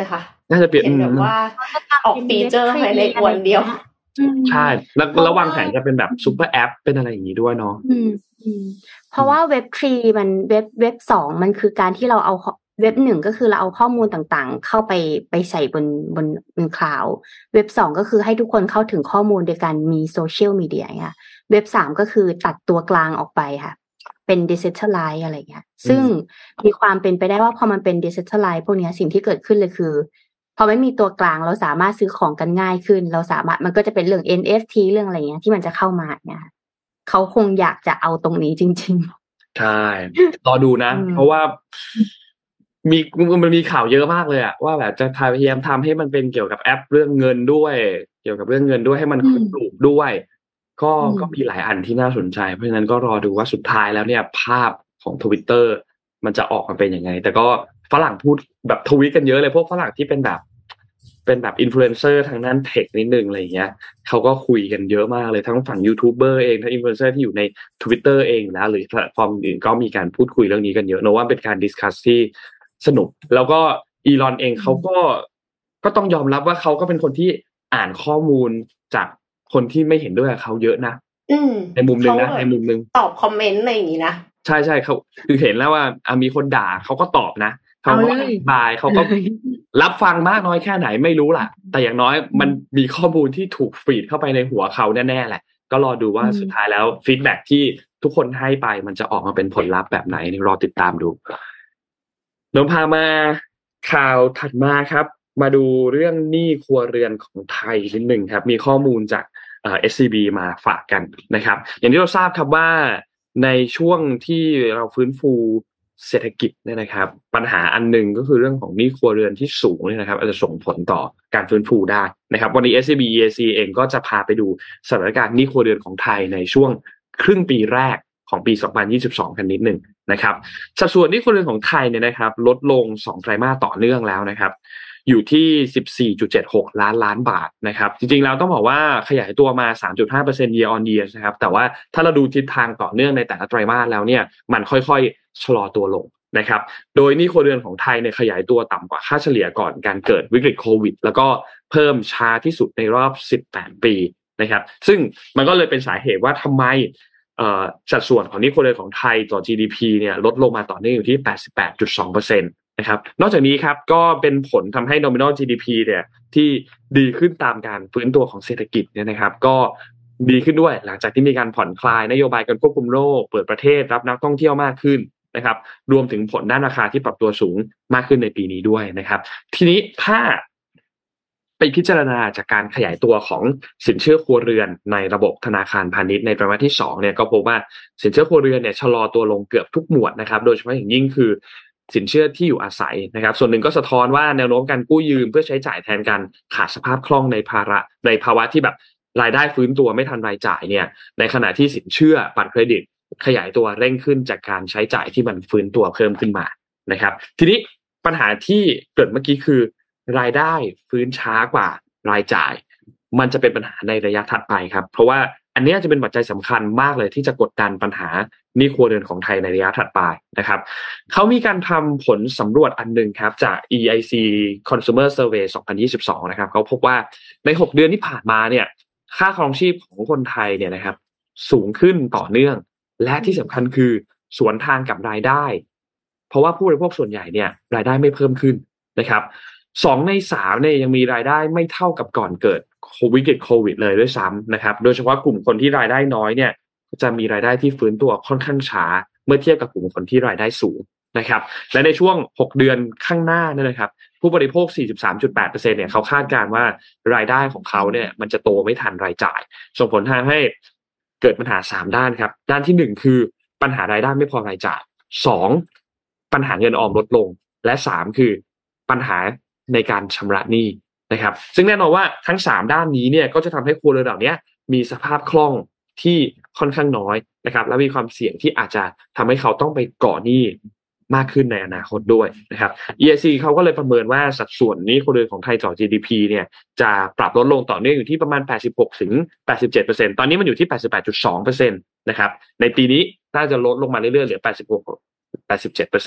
น่าจะเปลี่ยน
เห็นแบบว่าออกฟีเจอร์ภายในวันเดียว
ใช่แล้วระวางแผนจะเป็นแบบซุปเปอร์แอปเป็นอะไรอย่างนี้ด้วยเนาะ
เพราะว่าเว็บสามมันเว็บเว็บสองมันคือการที่เราเอาเว็บหนึ่งก็คือเราเอาข้อมูลต่างๆเข้าไปไปใส่บนบนบนคลาวด์เว็บสองก็คือให้ทุกคนเข้าถึงข้อมูลโดยการมีโซเชียลมีเดียค่ะเว็บสามก็คือตัดตัวกลางออกไปค่ะเป็นดิจิทัลไลซ์อะไรเงี้ยซึ่งมีความเป็นไปได้ว่าพอมันเป็นดิจิทัลไลซ์พวกนี้สิ่งที่เกิดขึ้นเลยคือพอไม่มีตัวกลางเราสามารถซื้อของกันง่ายขึ้นเราสามารถมันก็จะเป็นเรื่อง เอ็น เอฟ ที เรื่องอะไรเงี้ยที่มันจะเข้ามาเนี่ยเขาคงอยากจะเอาตรงนี้จริง
ๆใช่รอดูนะเพราะว่ามีมันมีข่าวเยอะมากเลยอะว่าแบบจะพยายามทำให้มันเป็นเกี่ยวกับแอปเรื่องเงินด้วยเกี่ยวกับเรื่องเงินด้วยให้มันครบรูปด้วยก็ก็มีหลายอันที่น่าสนใจเพราะฉะนั้นก็รอดูว่าสุดท้ายแล้วเนี่ยภาพของ Twitter มันจะออกมาเป็นยังไงแต่ก็ฝรั่งพูดแบบทวีตกันเยอะเลยพวกฝรั่งที่เป็นแบบเป็นแบบอินฟลูเอนเซอร์ทางด้านเทคนิดนึงอะไรอย่างเงี้ยเขาก็คุยกันเยอะมากเลยทั้งฝั่งยูทูบเบอร์เองทั้งอินฟลูเอนเซอร์ที่อยู่ใน Twitter เองแล้วหรือแพลตฟอร์มอื่นก็มีการพูดคุยเรื่องนี้กันเยอะนะว่าเป็นการดิสคัสที่สนุกแล้วก็อีลอนเองเขาก็ก็ต้องยอมรับว่าเขาก็เป็นคนที่อ่านข้อมูลจากคนที่ไม่เห็นด้วยกับเขาเยอะนะในมุมนึงนะในมุมนึง
ตอบคอมเมนต์อะไรอย่างนี้นะ
ใช่ใช่เขาคือเห็นแล้วว่ามีคนด่าเขาก็ตอบนะเขาก็อธิบายเขาก็รับฟังมากน้อยแค่ไหนไม่รู้ล่ะแต่อย่างน้อยมันมีข้อมูลที่ถูกฟีดเข้าไปในหัวเขาแน่ๆแหละก็รอดูว่าสุดท้ายแล้วฟีดแบ็กที่ทุกคนให้ไปมันจะออกมาเป็นผลลัพธ์แบบไหนรอติดตามดูนนพามาข่าวถัดมาครับมาดูเรื่องหนี้ครัวเรือนของไทยนิดนึงครับมีข้อมูลจากเอ่อ เอส ซี บี มาฝากกันนะครับอย่างที่เราทราบครับว่าในช่วงที่เราฟื้นฟูเศรษฐกิจเนี่ยนะครับปัญหาอันนึงก็คือเรื่องของหนี้ครัวเรือนที่สูงเนี่ยนะครับอาจจะส่งผลต่อการฟื้นฟูได้นะครับวันนี้ เอส ซี บี อี เอ ซี เองก็จะพาไปดูสถานการณ์หนี้ครัวเรือนของไทยในช่วงครึ่งปีแรกของปีสองพันยี่สิบสองกันนิดนึงนะครับสัดส่วนหนี้ครัวเรือนของไทยเนี่ยนะครับลดลงสองไตรมาสต่อเนื่องแล้วนะครับอยู่ที่ สิบสี่จุดเจ็ดหก ล้านล้านบาทนะครับจริงๆแล้วต้องบอกว่าขยายตัวมา สามจุดห้าเปอร์เซ็นต์ year on year นะครับแต่ว่าถ้าเราดูทิศทางต่อเนื่องในแต่ละไตรมาสแล้วเนี่ยมันค่อยๆชะลอตัวลงนะครับโดยหนี้ครัวเรือนของไทยเนี่ยขยายตัวต่ำกว่าค่าเฉลี่ยก่อนการเกิดวิกฤตโควิดแล้วก็เพิ่มช้าที่สุดในรอบสิบแปดปีนะครับซึ่งมันก็เลยเป็นสาเหตุว่าทำไมสัดส่วนของหนี้ครัวเรือนของไทยต่อ จี ดี พี เนี่ยลดลงมาต่อเนื่องอยู่ที่ แปดสิบแปดจุดสองเปอร์เซ็นต์ นะครับนอกจากนี้ครับก็เป็นผลทำให้ nominal จี ดี พี เนี่ยที่ดีขึ้นตามการฟื้นตัวของเศรษฐกิจเนี่ยนะครับก็ดีขึ้นด้วยหลังจากที่มีการผ่อนคลายนโยบายการควบคุมโรคเปิดประเทศรับนักท่องเที่ยวมากขึ้นนะครับรวมถึงผลด้านราคาที่ปรับตัวสูงมากขึ้นในปีนี้ด้วยนะครับทีนี้ถ้าไปพิจารณาจากการขยายตัวของสินเชื่อครัวเรือนในระบบธนาคารพาณิชย์ในไตรมาสที่สองเนี่ยก็พบว่าสินเชื่อครัวเรือนเนี่ยชะลอตัวลงเกือบทุกหมวดนะครับโดยเฉพาะอย่างยิ่งคือสินเชื่อที่อยู่อาศัยนะครับส่วนหนึ่งก็สะท้อนว่าแนวโน้มการกู้ยืมเพื่อใช้จ่ายแทนการขาดสภาพคล่องในภาระในภาวะที่แบบรายได้ฟื้นตัวไม่ทันรายจ่ายเนี่ยในขณะที่สินเชื่อบัตรเครดิตขยายตัวเร่งขึ้นจากการใช้จ่ายที่มันฟื้นตัวเพิ่มขึ้นมานะครับทีนี้ปัญหาที่เกิดเมื่อกี้คือรายได้ฟื้นช้ากว่ารายจ่ายมันจะเป็นปัญหาในระยะถัดไปครับเพราะว่าอันนี้จะเป็นปัจจัยสำคัญมากเลยที่จะกดดันปัญหาหนี้ครัวเรือนของไทยในระยะถัดไปนะครับเขามีการทำผลสำรวจอันนึงครับจาก อี ไอ ซี Consumer Survey สองพันยี่สิบสองนะครับเขาพบว่าในหกเดือนที่ผ่านมาเนี่ยค่าครองชีพของคนไทยเนี่ยนะครับสูงขึ้นต่อเนื่องและที่สำคัญคือสวนทางกับรายได้เพราะว่าผู้บริโภคส่วนใหญ่เนี่ยรายได้ไม่เพิ่มขึ้นนะครับสองในสามเนี่ยยังมีรายได้ไม่เท่ากับก่อนเกิดวิกฤตโควิดเลยด้วยซ้ำนะครับโดยเฉพาะกลุ่มคนที่รายได้น้อยเนี่ยจะมีรายได้ที่ฟื้นตัวค่อนข้างช้าเมื่อเทียบกับกลุ่มคนที่รายได้สูงนะครับและในช่วงหกเดือนข้างหน้าเนี่ยนะครับผู้บริโภค สี่สิบสามจุดแปดเปอร์เซ็นต์ เนี่ยเขาคาดการณ์ว่ารายได้ของเขาเนี่ยมันจะโตไม่ทันรายจ่ายส่งผลทำให้เกิดปัญหาสามด้านครับด้านที่หนึ่งคือปัญหารายได้ไม่พอรายจ่ายสองปัญหาเงินออมลดลงและสามคือปัญหาในการชำระหนี้นะครับซึ่งแน่นอนว่าทั้งสามด้านนี้เนี่ยก็จะทำให้ครัวเรือนเหล่านี้มีสภาพคล่องที่ค่อนข้างน้อยนะครับและมีความเสี่ยงที่อาจจะทำให้เขาต้องไปก่อหนี้มากขึ้นในอนาคตด้วยนะครับ อี ไอ ซี เขาก็เลยประเมินว่าสัดส่วนหนี้ครัวเรือนของไทยต่อ จี ดี พี เนี่ยจะปรับลดลงต่อเนื่องอยู่ที่ประมาณ แปดสิบหกถึงแปดสิบเจ็ดเปอร์เซ็นต์ ตอนนี้มันอยู่ที่ แปดสิบแปดจุดสองเปอร์เซ็นต์ นะครับในปีนี้น่าจะลดลงมาเรื่อยๆเหลือ แปดสิบหก แปดสิบเจ็ดเปอร์เซ็นต์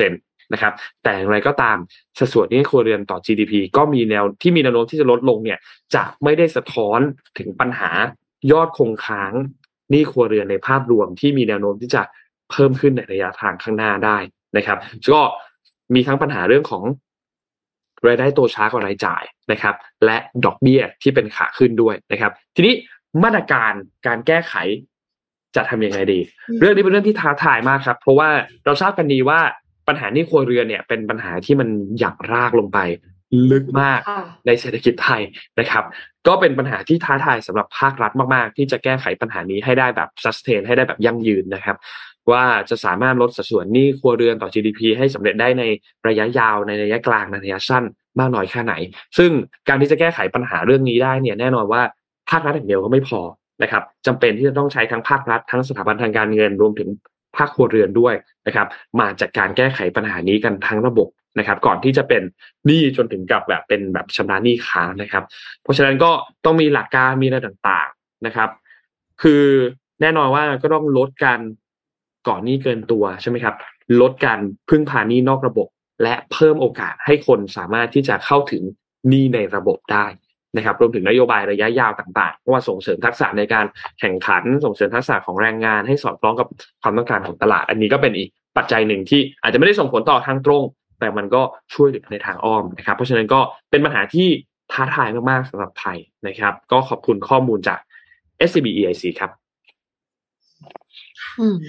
นะครับแต่อย่างไรก็ตามสัดส่วนหนี้ครัวเรือนต่อ จี ดี พี ก็มีแนวที่มีแนวโน้มที่จะลดลงเนี่ยจะไม่ได้สะท้อนถึงปัญหายอดคงค้างหนี้ครัวเรือนในภาพรวมที่มีแนวโน้มที่จะเพิ่มขึ้นในระยะทางข้างหน้าได้นะครับก็มีทั้งปัญหาเรื่องของรายได้โตช้ากว่ารายจ่ายนะครับและดอกเบี้ยที่เป็นขาขึ้นด้วยนะครับทีนี้มาตรการการแก้ไขจะทำยังไงดีเรื่องนี้เป็นเรื่องที่ท้าทายมากครับเพราะว่าเราทราบกันดีว่าปัญหาหนี้ครัวเรือนเนี่ยเป็นปัญหาที่มันหยั่งรากลงไปลึกมากในเศรษฐกิจไทยนะครับก็เป็นปัญหาที่ท้าทายสำหรับภาครัฐมากๆที่จะแก้ไขปัญหานี้ให้ได้แบบ sustain ให้ได้แบบยั่งยืนนะครับว่าจะสามารถลดสัดส่วนหนี้ครัวเรือนต่อ จี ดี พี ให้สำเร็จได้ในระยะยาวในระยะกลางในระยะสั้นมากน้อยแค่ไหนซึ่งการที่จะแก้ไขปัญหาเรื่องนี้ได้เนี่ยแน่นอนว่าภาครัฐอย่างเดียวก็ไม่พอนะครับจำเป็นที่จะต้องใช้ทั้งภาครัฐทั้งสถาบันทางการเงินรวมถึงภาคครัวเรือนด้วยนะครับมาจัดการแก้ไขปัญหานี้กันทั้งระบบนะครับก่อนที่จะเป็นหนี้จนถึงกับแบบเป็นแบบชำระหนี้ค้างนะครับเพราะฉะนั้นก็ต้องมีหลักการมีอะไรต่างๆนะครับคือแน่นอนว่าก็ต้องลดการก่อหนี้เกินตัวใช่ไหมครับลดการพึ่งพาหนี้นอกระบบและเพิ่มโอกาสให้คนสามารถที่จะเข้าถึงหนี้ในระบบได้นะครับรวมถึงนโยบายระยะยาวต่างๆว่าส่งเสริมทักษะในการแข่งขันส่งเสริมทักษะของแรงงานให้สอดคล้องกับความต้องการของตลาดอันนี้ก็เป็นอีกปัจจัยหนึ่งที่อาจจะไม่ได้ส่งผลต่อทางตรงแต่มันก็ช่วยเหลือในทางอ้อมนะครับเพราะฉะนั้นก็เป็นปัญหาที่ท้าทายมากๆสำหรับไทยนะครับก็ขอบคุณข้อมูลจาก เอส ซี บี อี ไอ ซี ครับ
อืม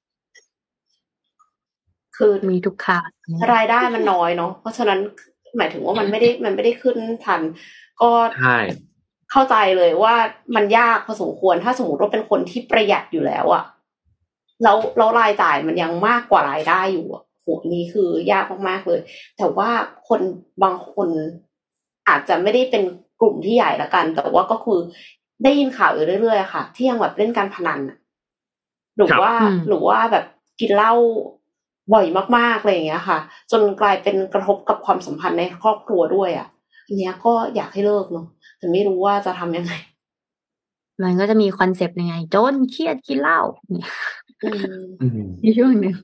คือ
มีทุกค่
ารายได้มันน้อยเนาะเพราะฉะนั้นหมายถึงว่ามันไม่ได้มันไม่ได้ขึ้นทันก็
ใช่
เข้าใจเลยว่ามันยากพอสมควรถ้าสมมติว่าเป็นคนที่ประหยัดอยู่แล้วอะแล้วแล้วรายจ่ายมันยังมากกว่ารายได้อยู่อะโหนี่คือยากมากๆเลยแต่ว่าคนบางคนอาจจะไม่ได้เป็นกลุ่มที่ใหญ่ละกันแต่ว่าก็คือได้ยินข่าวอยู่เรื่อยๆค่ะที่ยังแบบเล่นการพนันหรือว่าหรือว่าแบบกินเหล้าบ่อยมากๆอะไรอย่างเงี้ยค่ะจนกลายเป็นกระทบกับความสัมพันธ์ในครอบครัวด้วยอ่ะอันเนี้ยก็อยากให้เลิกเนาะแต่ไม่รู้ว่าจะทำยังไง
มันก็จะมีคอนเซปต์ยังไงจนเครียดกินเหล้าเนี่ยในช่วงนึง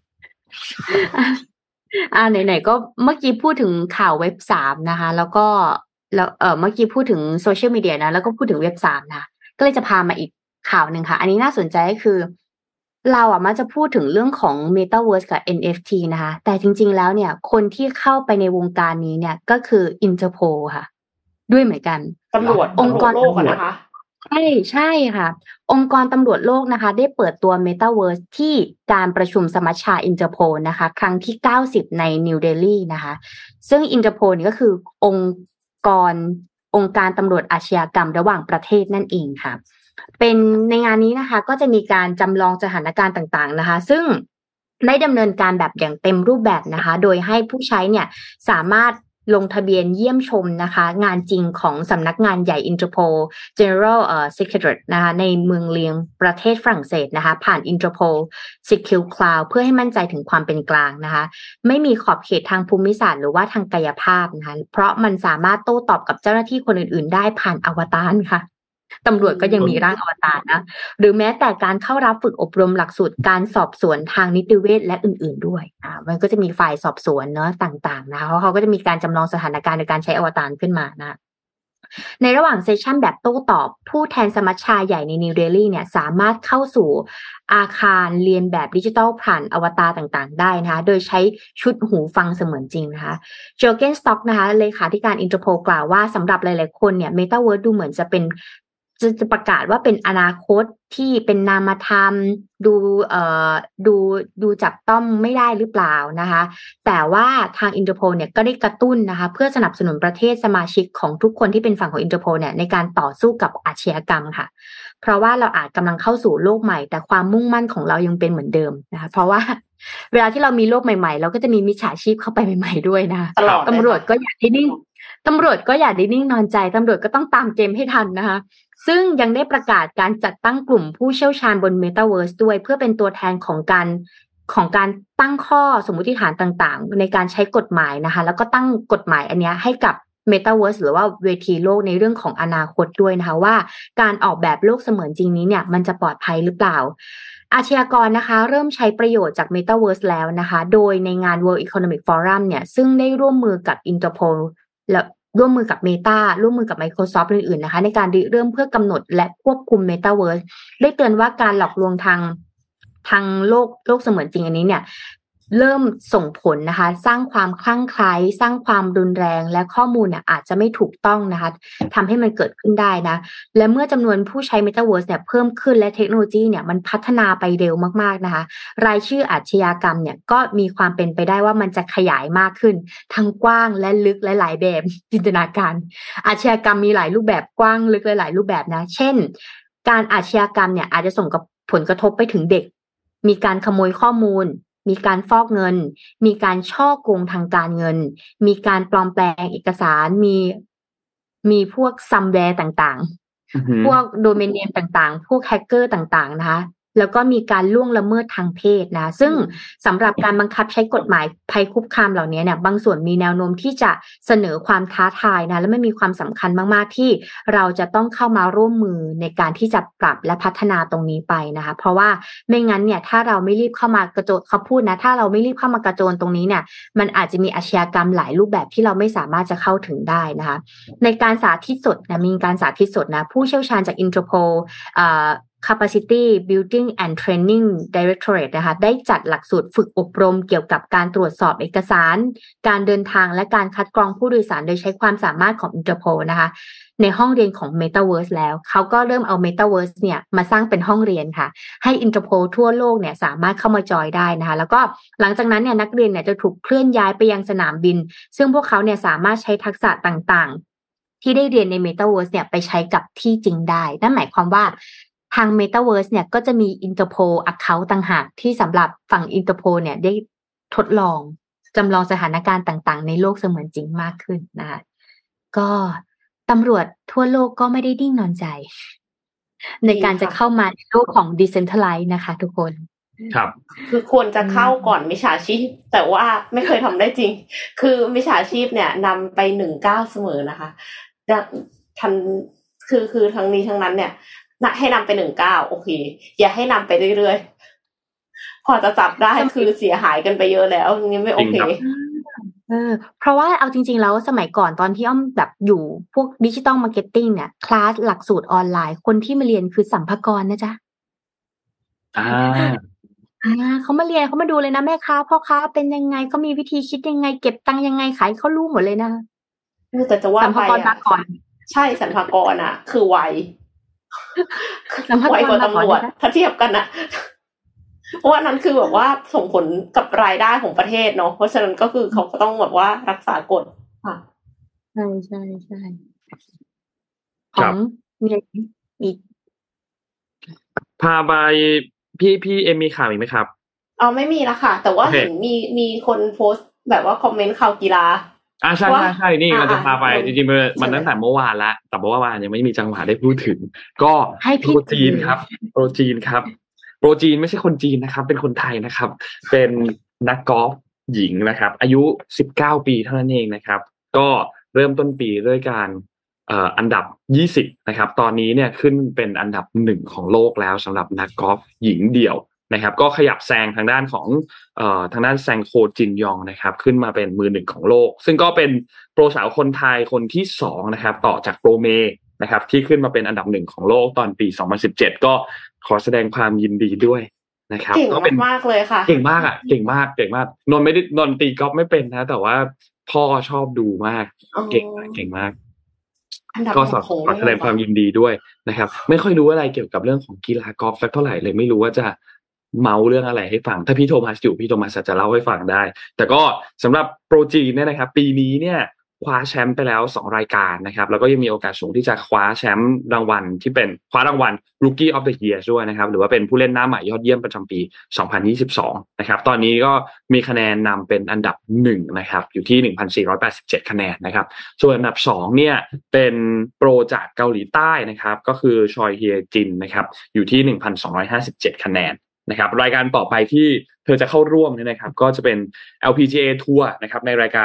อ่าไหนๆก็เมื่อกี้พูดถึงข่าวเว็บสามนะคะแล้วก็แล้วเออเมื่อกี้พูดถึงโซเชียลมีเดียนะแล้วก็พูดถึงเว็บสามนะก็เลยจะพามาอีกข่าวนึงค่ะอันนี้น่าสนใจก็คือเราอ่ะมักจะพูดถึงเรื่องของ Metaverse กับ เอ็น เอฟ ที นะคะแต่จริงๆแล้วเนี่ยคนที่เข้าไปในวงการนี้เนี่ยก็คือ Interpol ค่ะด้วยเหมือนกัน
ตำรวจองค์กรโลกนะคะ
ใช่ใช่ค่ะองค์กรตำรวจโลกนะคะได้เปิดตัว Metaverse ที่การประชุมสมัชชา Interpol นะคะครั้งที่เก้าสิบในนิวเดลีนะคะซึ่ง Interpol นี่ก็คือองค์กรองค์การตำรวจอาชญากรรมระหว่างประเทศนั่นเองค่ะเป็นในงานนี้นะคะก็จะมีการจำลองสถานการณ์ต่างๆนะคะซึ่งได้ดำเนินการแบบอย่างเต็มรูปแบบนะคะโดยให้ผู้ใช้เนี่ยสามารถลงทะเบียนเยี่ยมชมนะคะงานจริงของสำนักงานใหญ่ Interpol General เอ่อ Secretariat นะคะในเมืองเลียงประเทศฝรั่งเศสนะคะผ่าน Interpol Secure Cloud เพื่อให้มั่นใจถึงความเป็นกลางนะคะไม่มีขอบเขตทางภูมิศาสตร์หรือว่าทางกายภาพนะคะเพราะมันสามารถโต้ตอบกับเจ้าหน้าที่คนอื่นๆได้ผ่านอวตารค่ะตำรวจก็ยังมีร่างอวตารนะหรือแม้แต่การเข้ารับฝึกอบรมหลักสูตรการสอบสวนทางนิติเวชและอื่นๆด้วยอ่ามันก็จะมีฝ่ายสอบสวนเนาะต่างๆนะเพราะเขาก็จะมีการจำลองสถานการณ์ในการใช้อวตารขึ้นมานะในระหว่างเซสชันแบบโต้ตอบผู้แทนสมัชชาใหญ่ในนิวเดลีเนี่ยสามารถเข้าสู่อาคารเรียนแบบดิจิทัลผ่านอวตารต่างๆได้นะคะโดยใช้ชุดหูฟังเสมือนจริงนะคะโจเกนสต็อกนะคะเลขาธิการ Interpol กล่าวว่าสำหรับหลายๆคนเนี่ย Metaverse ดูเหมือนจะเป็นจะจะประกาศว่าเป็นอนาคตที่เป็นนามธรรมดูเอ่อดูดูจับต้องไม่ได้หรือเปล่านะคะแต่ว่าทาง Interpol เนี่ยก็ได้กระตุ้นนะคะเพื่อสนับสนุนประเทศสมาชิกของทุกคนที่เป็นฝั่งของ Interpol เนี่ยในการต่อสู้กับอาชญากรรมค่ะเพราะว่าเราอาจกำลังเข้าสู่โลกใหม่แต่ความมุ่งมั่นของเรายังเป็นเหมือนเดิมนะคะเพราะว่าเวลาที่เรามีโลกใหม่ๆเราก็จะมีมิจฉาชีพเข้าไปใหม่ๆด้วยนะคะตำรวจก็อย่าได้นิ่งตำรวจก็อย่าได้นิ่งนอนใจตำรวจก็ต้องตามเกมให้ทันนะคะซึ่งยังได้ประกาศการจัดตั้งกลุ่มผู้เชี่ยวชาญบน Metaverse ด้วยเพื่อเป็นตัวแทนของการของการตั้งข้อสมมุติฐานต่างๆในการใช้กฎหมายนะคะแล้วก็ตั้งกฎหมายอันนี้ให้กับ Metaverse หรือว่าเวทีโลกในเรื่องของอนาคตด้วยนะคะว่าการออกแบบโลกเสมือนจริงนี้เนี่ยมันจะปลอดภัยหรือเปล่าอาชญากรนะคะเริ่มใช้ประโยชน์จาก Metaverse แล้วนะคะโดยในงาน World Economic Forum เนี่ยซึ่งได้ร่วมมือกับ Interpol และร่วมมือกับ Meta ร่วมมือกับ Microsoft อื่นๆนะคะในการริเริ่มเพื่อกำหนดและควบคุม Metaverse ได้เตือนว่าการหลอกลวงทางทางโลกโลกเสมือนจริงอันนี้เนี่ยเริ่มส่งผลนะคะสร้างความคลั่งไคล้สร้างความรุนแรงและข้อมูลเนี่ยอาจจะไม่ถูกต้องนะคะทำให้มันเกิดขึ้นได้นะและเมื่อจำนวนผู้ใช้ Metaverse เนี่ยเพิ่มขึ้นและเทคโนโลยีเนี่ยมันพัฒนาไปเร็วมากๆนะคะรายชื่ออาชญากรรมเนี่ยก็มีความเป็นไปได้ว่ามันจะขยายมากขึ้นทั้งกว้างและลึกและหลายแบบจินตนาการอาชญากรรมมีหลายรูปแบบกว้างลึกและหลายรูปแบบนะเช่นการอาชญากรรมเนี่ยอาจจะส่งกับผลกระทบไปถึงเด็กมีการขโมยข้อมูลมีการฟอกเงินมีการฉ้อโกงทางการเงินมีการปลอมแปลงเอกสารมีมีพวกซัมแวร์ต่างๆ uh-huh. พวกโดเมนเนมต่างๆพวกแฮกเกอร์ต่างๆนะคะแล้วก็มีการล่วงละเมิดทางเพศนะซึ่งสำหรับการบังคับใช้กฎหมายภัยคุกคามเหล่านี้เนี่ยบางส่วนมีแนวโน้มที่จะเสนอความท้าทายนะและไม่มีความสำคัญมากๆที่เราจะต้องเข้ามาร่วมมือในการที่จะปรับและพัฒนาตรงนี้ไปนะคะเพราะว่าไม่งั้นเนี่ยถ้าเราไม่รีบเข้ามากระโจนเขาพูดนะถ้าเราไม่รีบเข้ามากระโจนตรงนี้เนี่ยมันอาจจะมีอาชญากรรมหลายรูปแบบที่เราไม่สามารถจะเข้าถึงได้นะคะในการสาธิตสดนะมีการสาธิตสดนะผู้เชี่ยวชาญจาก Interpol อ่าCapacity Building and Training Directorate นะคะได้จัดหลักสูตรฝึกอบรมเกี่ยวกับการตรวจสอบเอกสารการเดินทางและการคัดกรองผู้โดยสารโดยใช้ความสามารถของ Interpol นะคะในห้องเรียนของ Metaverse แล้วเขาก็เริ่มเอา Metaverse เนี่ยมาสร้างเป็นห้องเรียนค่ะให้ Interpol ทั่วโลกเนี่ยสามารถเข้ามาจอยได้นะคะแล้วก็หลังจากนั้นเนี่ยนักเรียนเนี่ยจะถูกเคลื่อนย้ายไปยังสนามบินซึ่งพวกเขาเนี่ยสามารถใช้ทักษะต่างๆที่ได้เรียนใน Metaverse เนี่ยไปใช้กับที่จริงได้นั่นหมายความว่าทาง Metaverse เนี่ยก็จะมี Interpol account ต่างหากที่สำหรับฝั่ง Interpol เนี่ยได้ทดลองจำลองสถานการณ์ต่างๆในโลกเสมือนจริงมากขึ้นนะคะก็ตำรวจทั่วโลกก็ไม่ได้นิ่งนอนใจในการจะเข้ามาในโลกของ Decentralize นะคะทุกคน
ครับ
คือควรจะเข้าก่อนมิจฉาชีพแต่ว่าไม่เคยทำได้จริงคือมิจฉาชีพเนี่ยนำไปหนึ่งเก้าเสมอนะคะทันคือคือทั้งนี้ทั้งนั้นเนี่ยให้นำไปหนึ่งเก้าโอเคอย่าให้นำไปเรื่อยๆพอจะจับได้คือเสียหายกันไปเยอะแล้วนี่ไม่โอเค
เออเพราะว่าเอาจริงๆแล้วสมัยก่อนตอนที่อ้อมแบบอยู่พวกดิจิตอลมาร์เก็ตติ้งเนี่ยคลาสหลักสูตรออนไลน์คนที่มาเรียนคือสัมภากรนะจ๊ะ
อ่า
อ่าเขามาเรียนเขามาดูเลยนะแม่ค้าพ่อค้าเป็นยังไงเขามีวิธีคิดยังไงเก็บตังค์ยังไงขายเขารู้หมดเลยนะ
แต่จะว่าไปอ่ะใช่สัมภากรอ่ะคือไวไวกว่าตำรวจถ้าเทียบกันนะเพราะว่านั้นคือแบบว่าส่งผลกับรายได้ของประเทศเนาะเพราะฉะนั้นก็คือเขาก็ต้องแบบว่ารักษากฎค่ะ
ใช่ใช่ใช่ของมีอะไรอีก
พาไปพี่พี่เอ็มมีข่าวอีกไหมครับ
อ๋อไม่มีละค่ะแต่ว่าเห็นมีมีคนโพสต์แบบว่าคอมเมนต์ข่าวกีฬา
อ่าใช่ใช่ใช่นี่เราจะพาไปจริงๆมันตั้งแต่เมื่อวานละแต่เมื่อวานยังไม่มีจังหวะได้พูดถึงก็โปรจีนครับโปรจีนครับโปรจีนไม่ใช่คนจีนนะครับเป็นคนไทยนะครับเป็นนักกอล์ฟหญิงนะครับอายุสิบเก้าปีเท่านั้นเองนะครับก็เริ่มต้นปีด้วยการเอ่ออันดับยี่สิบนะครับตอนนี้เนี่ยขึ้นเป็นอันดับหนึ่งของโลกแล้วสำหรับนักกอล์ฟหญิงเดี่ยวนะครับก็ขยับแซงทางด้านของเอ่อทางด้านแซงโคจินยองนะครับขึ้นมาเป็นมือหนึ่งของโลกซึ่งก็เป็นโปรสาวคนไทยคนที่สองนะครับต่อจากโปรเมนะครับที่ขึ้นมาเป็นอันดับหนึ่งของโลกตอนปีสองพันสิบเจ็ดก็ขอแสดงความยินดีด้วยนะครับ
ก็เป็นมากเลยค่ะ
เก่งมากอ่ะเก่งมากเก่งมากนนไม่ได้นนตีกอล์ฟไม่เป็นนะแต่ว่าพ่อชอบดูมากเก่งเก่งมากก็ขอแสดงความยินดีด้วยนะครับไม่ค่อยรู้อะไรเกี่ยวกับเรื่องของกีฬากอล์ฟสักเท่าไหร่เลยไม่รู้ว่าจะเมาเรื่องอะไรให้ฟังถ้าพี่โทมัสอยู่พี่โทมัสจะเล่าให้ฟังได้แต่ก็สำหรับโปรจีนเนี่ยนะครับปีนี้เนี่ยคว้าแชมป์ไปแล้วสองรายการนะครับแล้วก็ยังมีโอกาสสูงที่จะคว้าแชมป์รางวัลที่เป็นคว้ารางวัล Rookie of the Year ด้วยนะครับหรือว่าเป็นผู้เล่นหน้าใหม่ยอดเยี่ยมประจำปีสองพันยี่สิบสองนะครับตอนนี้ก็มีคะแนนนำเป็นอันดับหนึ่งนะครับอยู่ที่ หนึ่งพันสี่ร้อยแปดสิบเจ็ด คะแนนนะครับส่วนอันดับสองเนี่ยเป็นโปรจากเกาหลีใต้นะครับก็คือชอยเฮียจินนะครับอยู่ที่ หนึ่งพันสองร้อยห้าสิบเจ็ด คะแนนนะครับรายการต่อไปที่เธอจะเข้าร่วมเนี่ยนะครับก็จะเป็น แอล พี จี เอ ทัวร์นะครับในรายการโต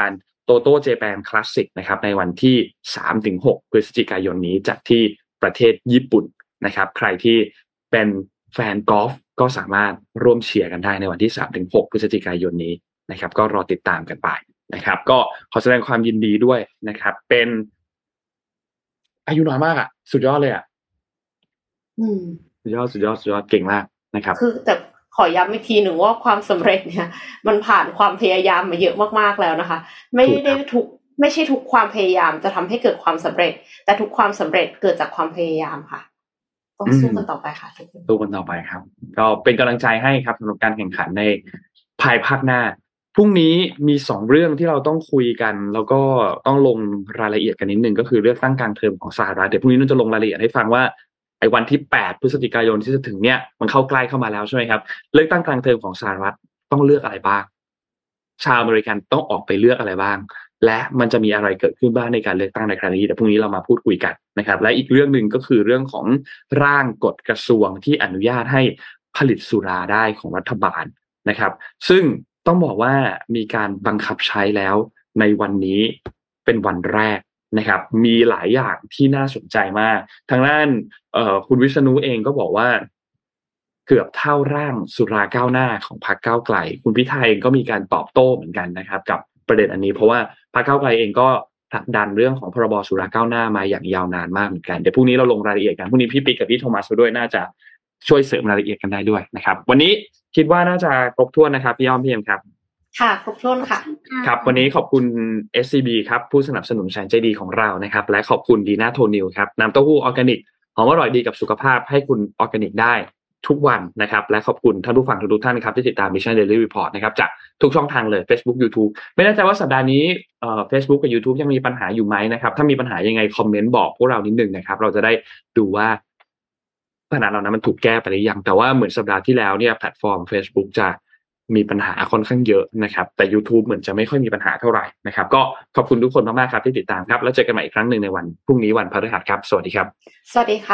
Toto Japan Classic นะครับในวันที่ สามถึงหก พฤศจิกายนนี้จัดที่ประเทศญี่ปุ่นนะครับใครที่เป็นแฟนกอล์ฟก็สามารถร่วมเชียร์กันได้ในวันที่ สามถึงหก พฤศจิกายนนี้นะครับก็รอติดตามกันไปนะครับก็ขอแสดงความยินดีด้วยนะครับเป็นอายุน้อยมากอ่ะสุดยอดเลยอ่ะ
อืม
สุดยอดสุดยอดสุดยอดเก่งมากนะครับ
คือแต่ขอย้ำอีกทีหนึ่งว่าความสำเร็จเนี่ยมันผ่านความพยายามมาเยอะมากๆแล้วนะคะไม่ได้ทุกไม่ใช่ทุกความพยายามจะทำให้เกิดความสำเร็จแต่ทุกความสำเร็จเกิดจากความพยายามค่ะต้องสู้กันต่อไปค่ะทุกคน
สู้กันต่อไปครับก็เป็นกำลังใจให้ครับสำหรับการแข่งขันในภายภาคหน้าพรุ่งนี้มีสองเรื่องที่เราต้องคุยกันแล้วก็ต้องลงรายละเอียดกันนิดนึงก็คือเลือกตั้งกลางเทอมของสหรัฐเดี๋ยวพรุ่งนี้นุ่นจะลงรายละเอียดให้ฟังว่าไอ้วันที่แปดพฤศจิกายนที่จะถึงเนี่ยมันเข้าใกล้เข้ามาแล้วใช่ไหมครับเลือกตั้งกลางเทอมของสหรัฐต้องเลือกอะไรบ้างชาวอเมริกันต้องออกไปเลือกอะไรบ้างและมันจะมีอะไรเกิดขึ้นบ้างในการเลือกตั้งในครั้งนี้เดี๋ยวพรุ่งนี้เรามาพูดคุยกันนะครับและอีกเรื่องนึงก็คือเรื่องของร่างกฎกระทรวงที่อนุญาตให้ผลิตสุราได้ของรัฐบาลนะครับซึ่งต้องบอกว่ามีการบังคับใช้แล้วในวันนี้เป็นวันแรกนะครับมีหลายอย่างที่น่าสนใจมากทางด้านเอ่อคุณวิษณุเองก็บอกว่าเกือบเท่าร่างสุราก้าวหน้าของพรรคก้าวไกลคุณพิธาเองก็มีการตอบโต้เหมือนกันนะครับกับประเด็นอันนี้เพราะว่าพรรคก้าวไกลเองก็ผลักดันเรื่องของพรบสุราก้าวหน้ามาอย่างยาวนานมากเหมือนกันเดี๋ยวพรุ่งนี้เราลงรายละเอียดกันพรุ่งนี้พี่ปิ๊กกับพี่โทมัสด้วยน่าจะช่วยเสริมรายละเอียดกันได้ด้วยนะครับวันนี้คิดว่าน่าจะครบถ้วนนะครับพี่อ้อมพี่เอ็มครับ
ค่ะครบถ้วนค่ะ
ครับวันนี้ขอบคุณ เอส ซี บี ครับผู้สนับสนุนแสนใจดีของเรานะครับและขอบคุณดีน่าโทนิลครับน้ำเต้าหู้ออร์แกนิกหอมอร่อยดีกับสุขภาพให้คุณออร์แกนิกได้ทุกวันนะครับและขอบคุณท่านผู้ฟังทุกท่านครับที่ติดตาม Mission Daily Report นะครับจากทุกช่องทางเลย Facebook YouTube ไม่แน่ใจว่าสัปดาห์นี้เอ่อ Facebook กับ YouTube ยังมีปัญหาอยู่ไหมนะครับถ้ามีปัญหายังไงคอมเมนต์บอกพวกเรานิดนึงนะครับเราจะได้ดูว่าปัญหาเหล่านั้นมันถูกแก้ไปหรือยังแต่ว่าเหมือนสัปดาห์ที่แล้วเนี่ยแพลตฟอร์ม Facebook จะมีปัญหาค่อนข้างเยอะนะครับแต่ YouTube เหมือนจะไม่ค่อยมีปัญหาเท่าไหร่นะครับก็ขอบคุณทุกคนมากๆครับที่ติดตามครับแล้วเจอกันใหม่อีกครั้งนึงในวันพรุ่งนี้วันพฤหัสครับสวัสดีครับ
สวัสดีค่ะ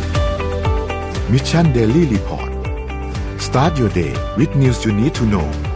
Mission Daily Report Start your day with news you need to know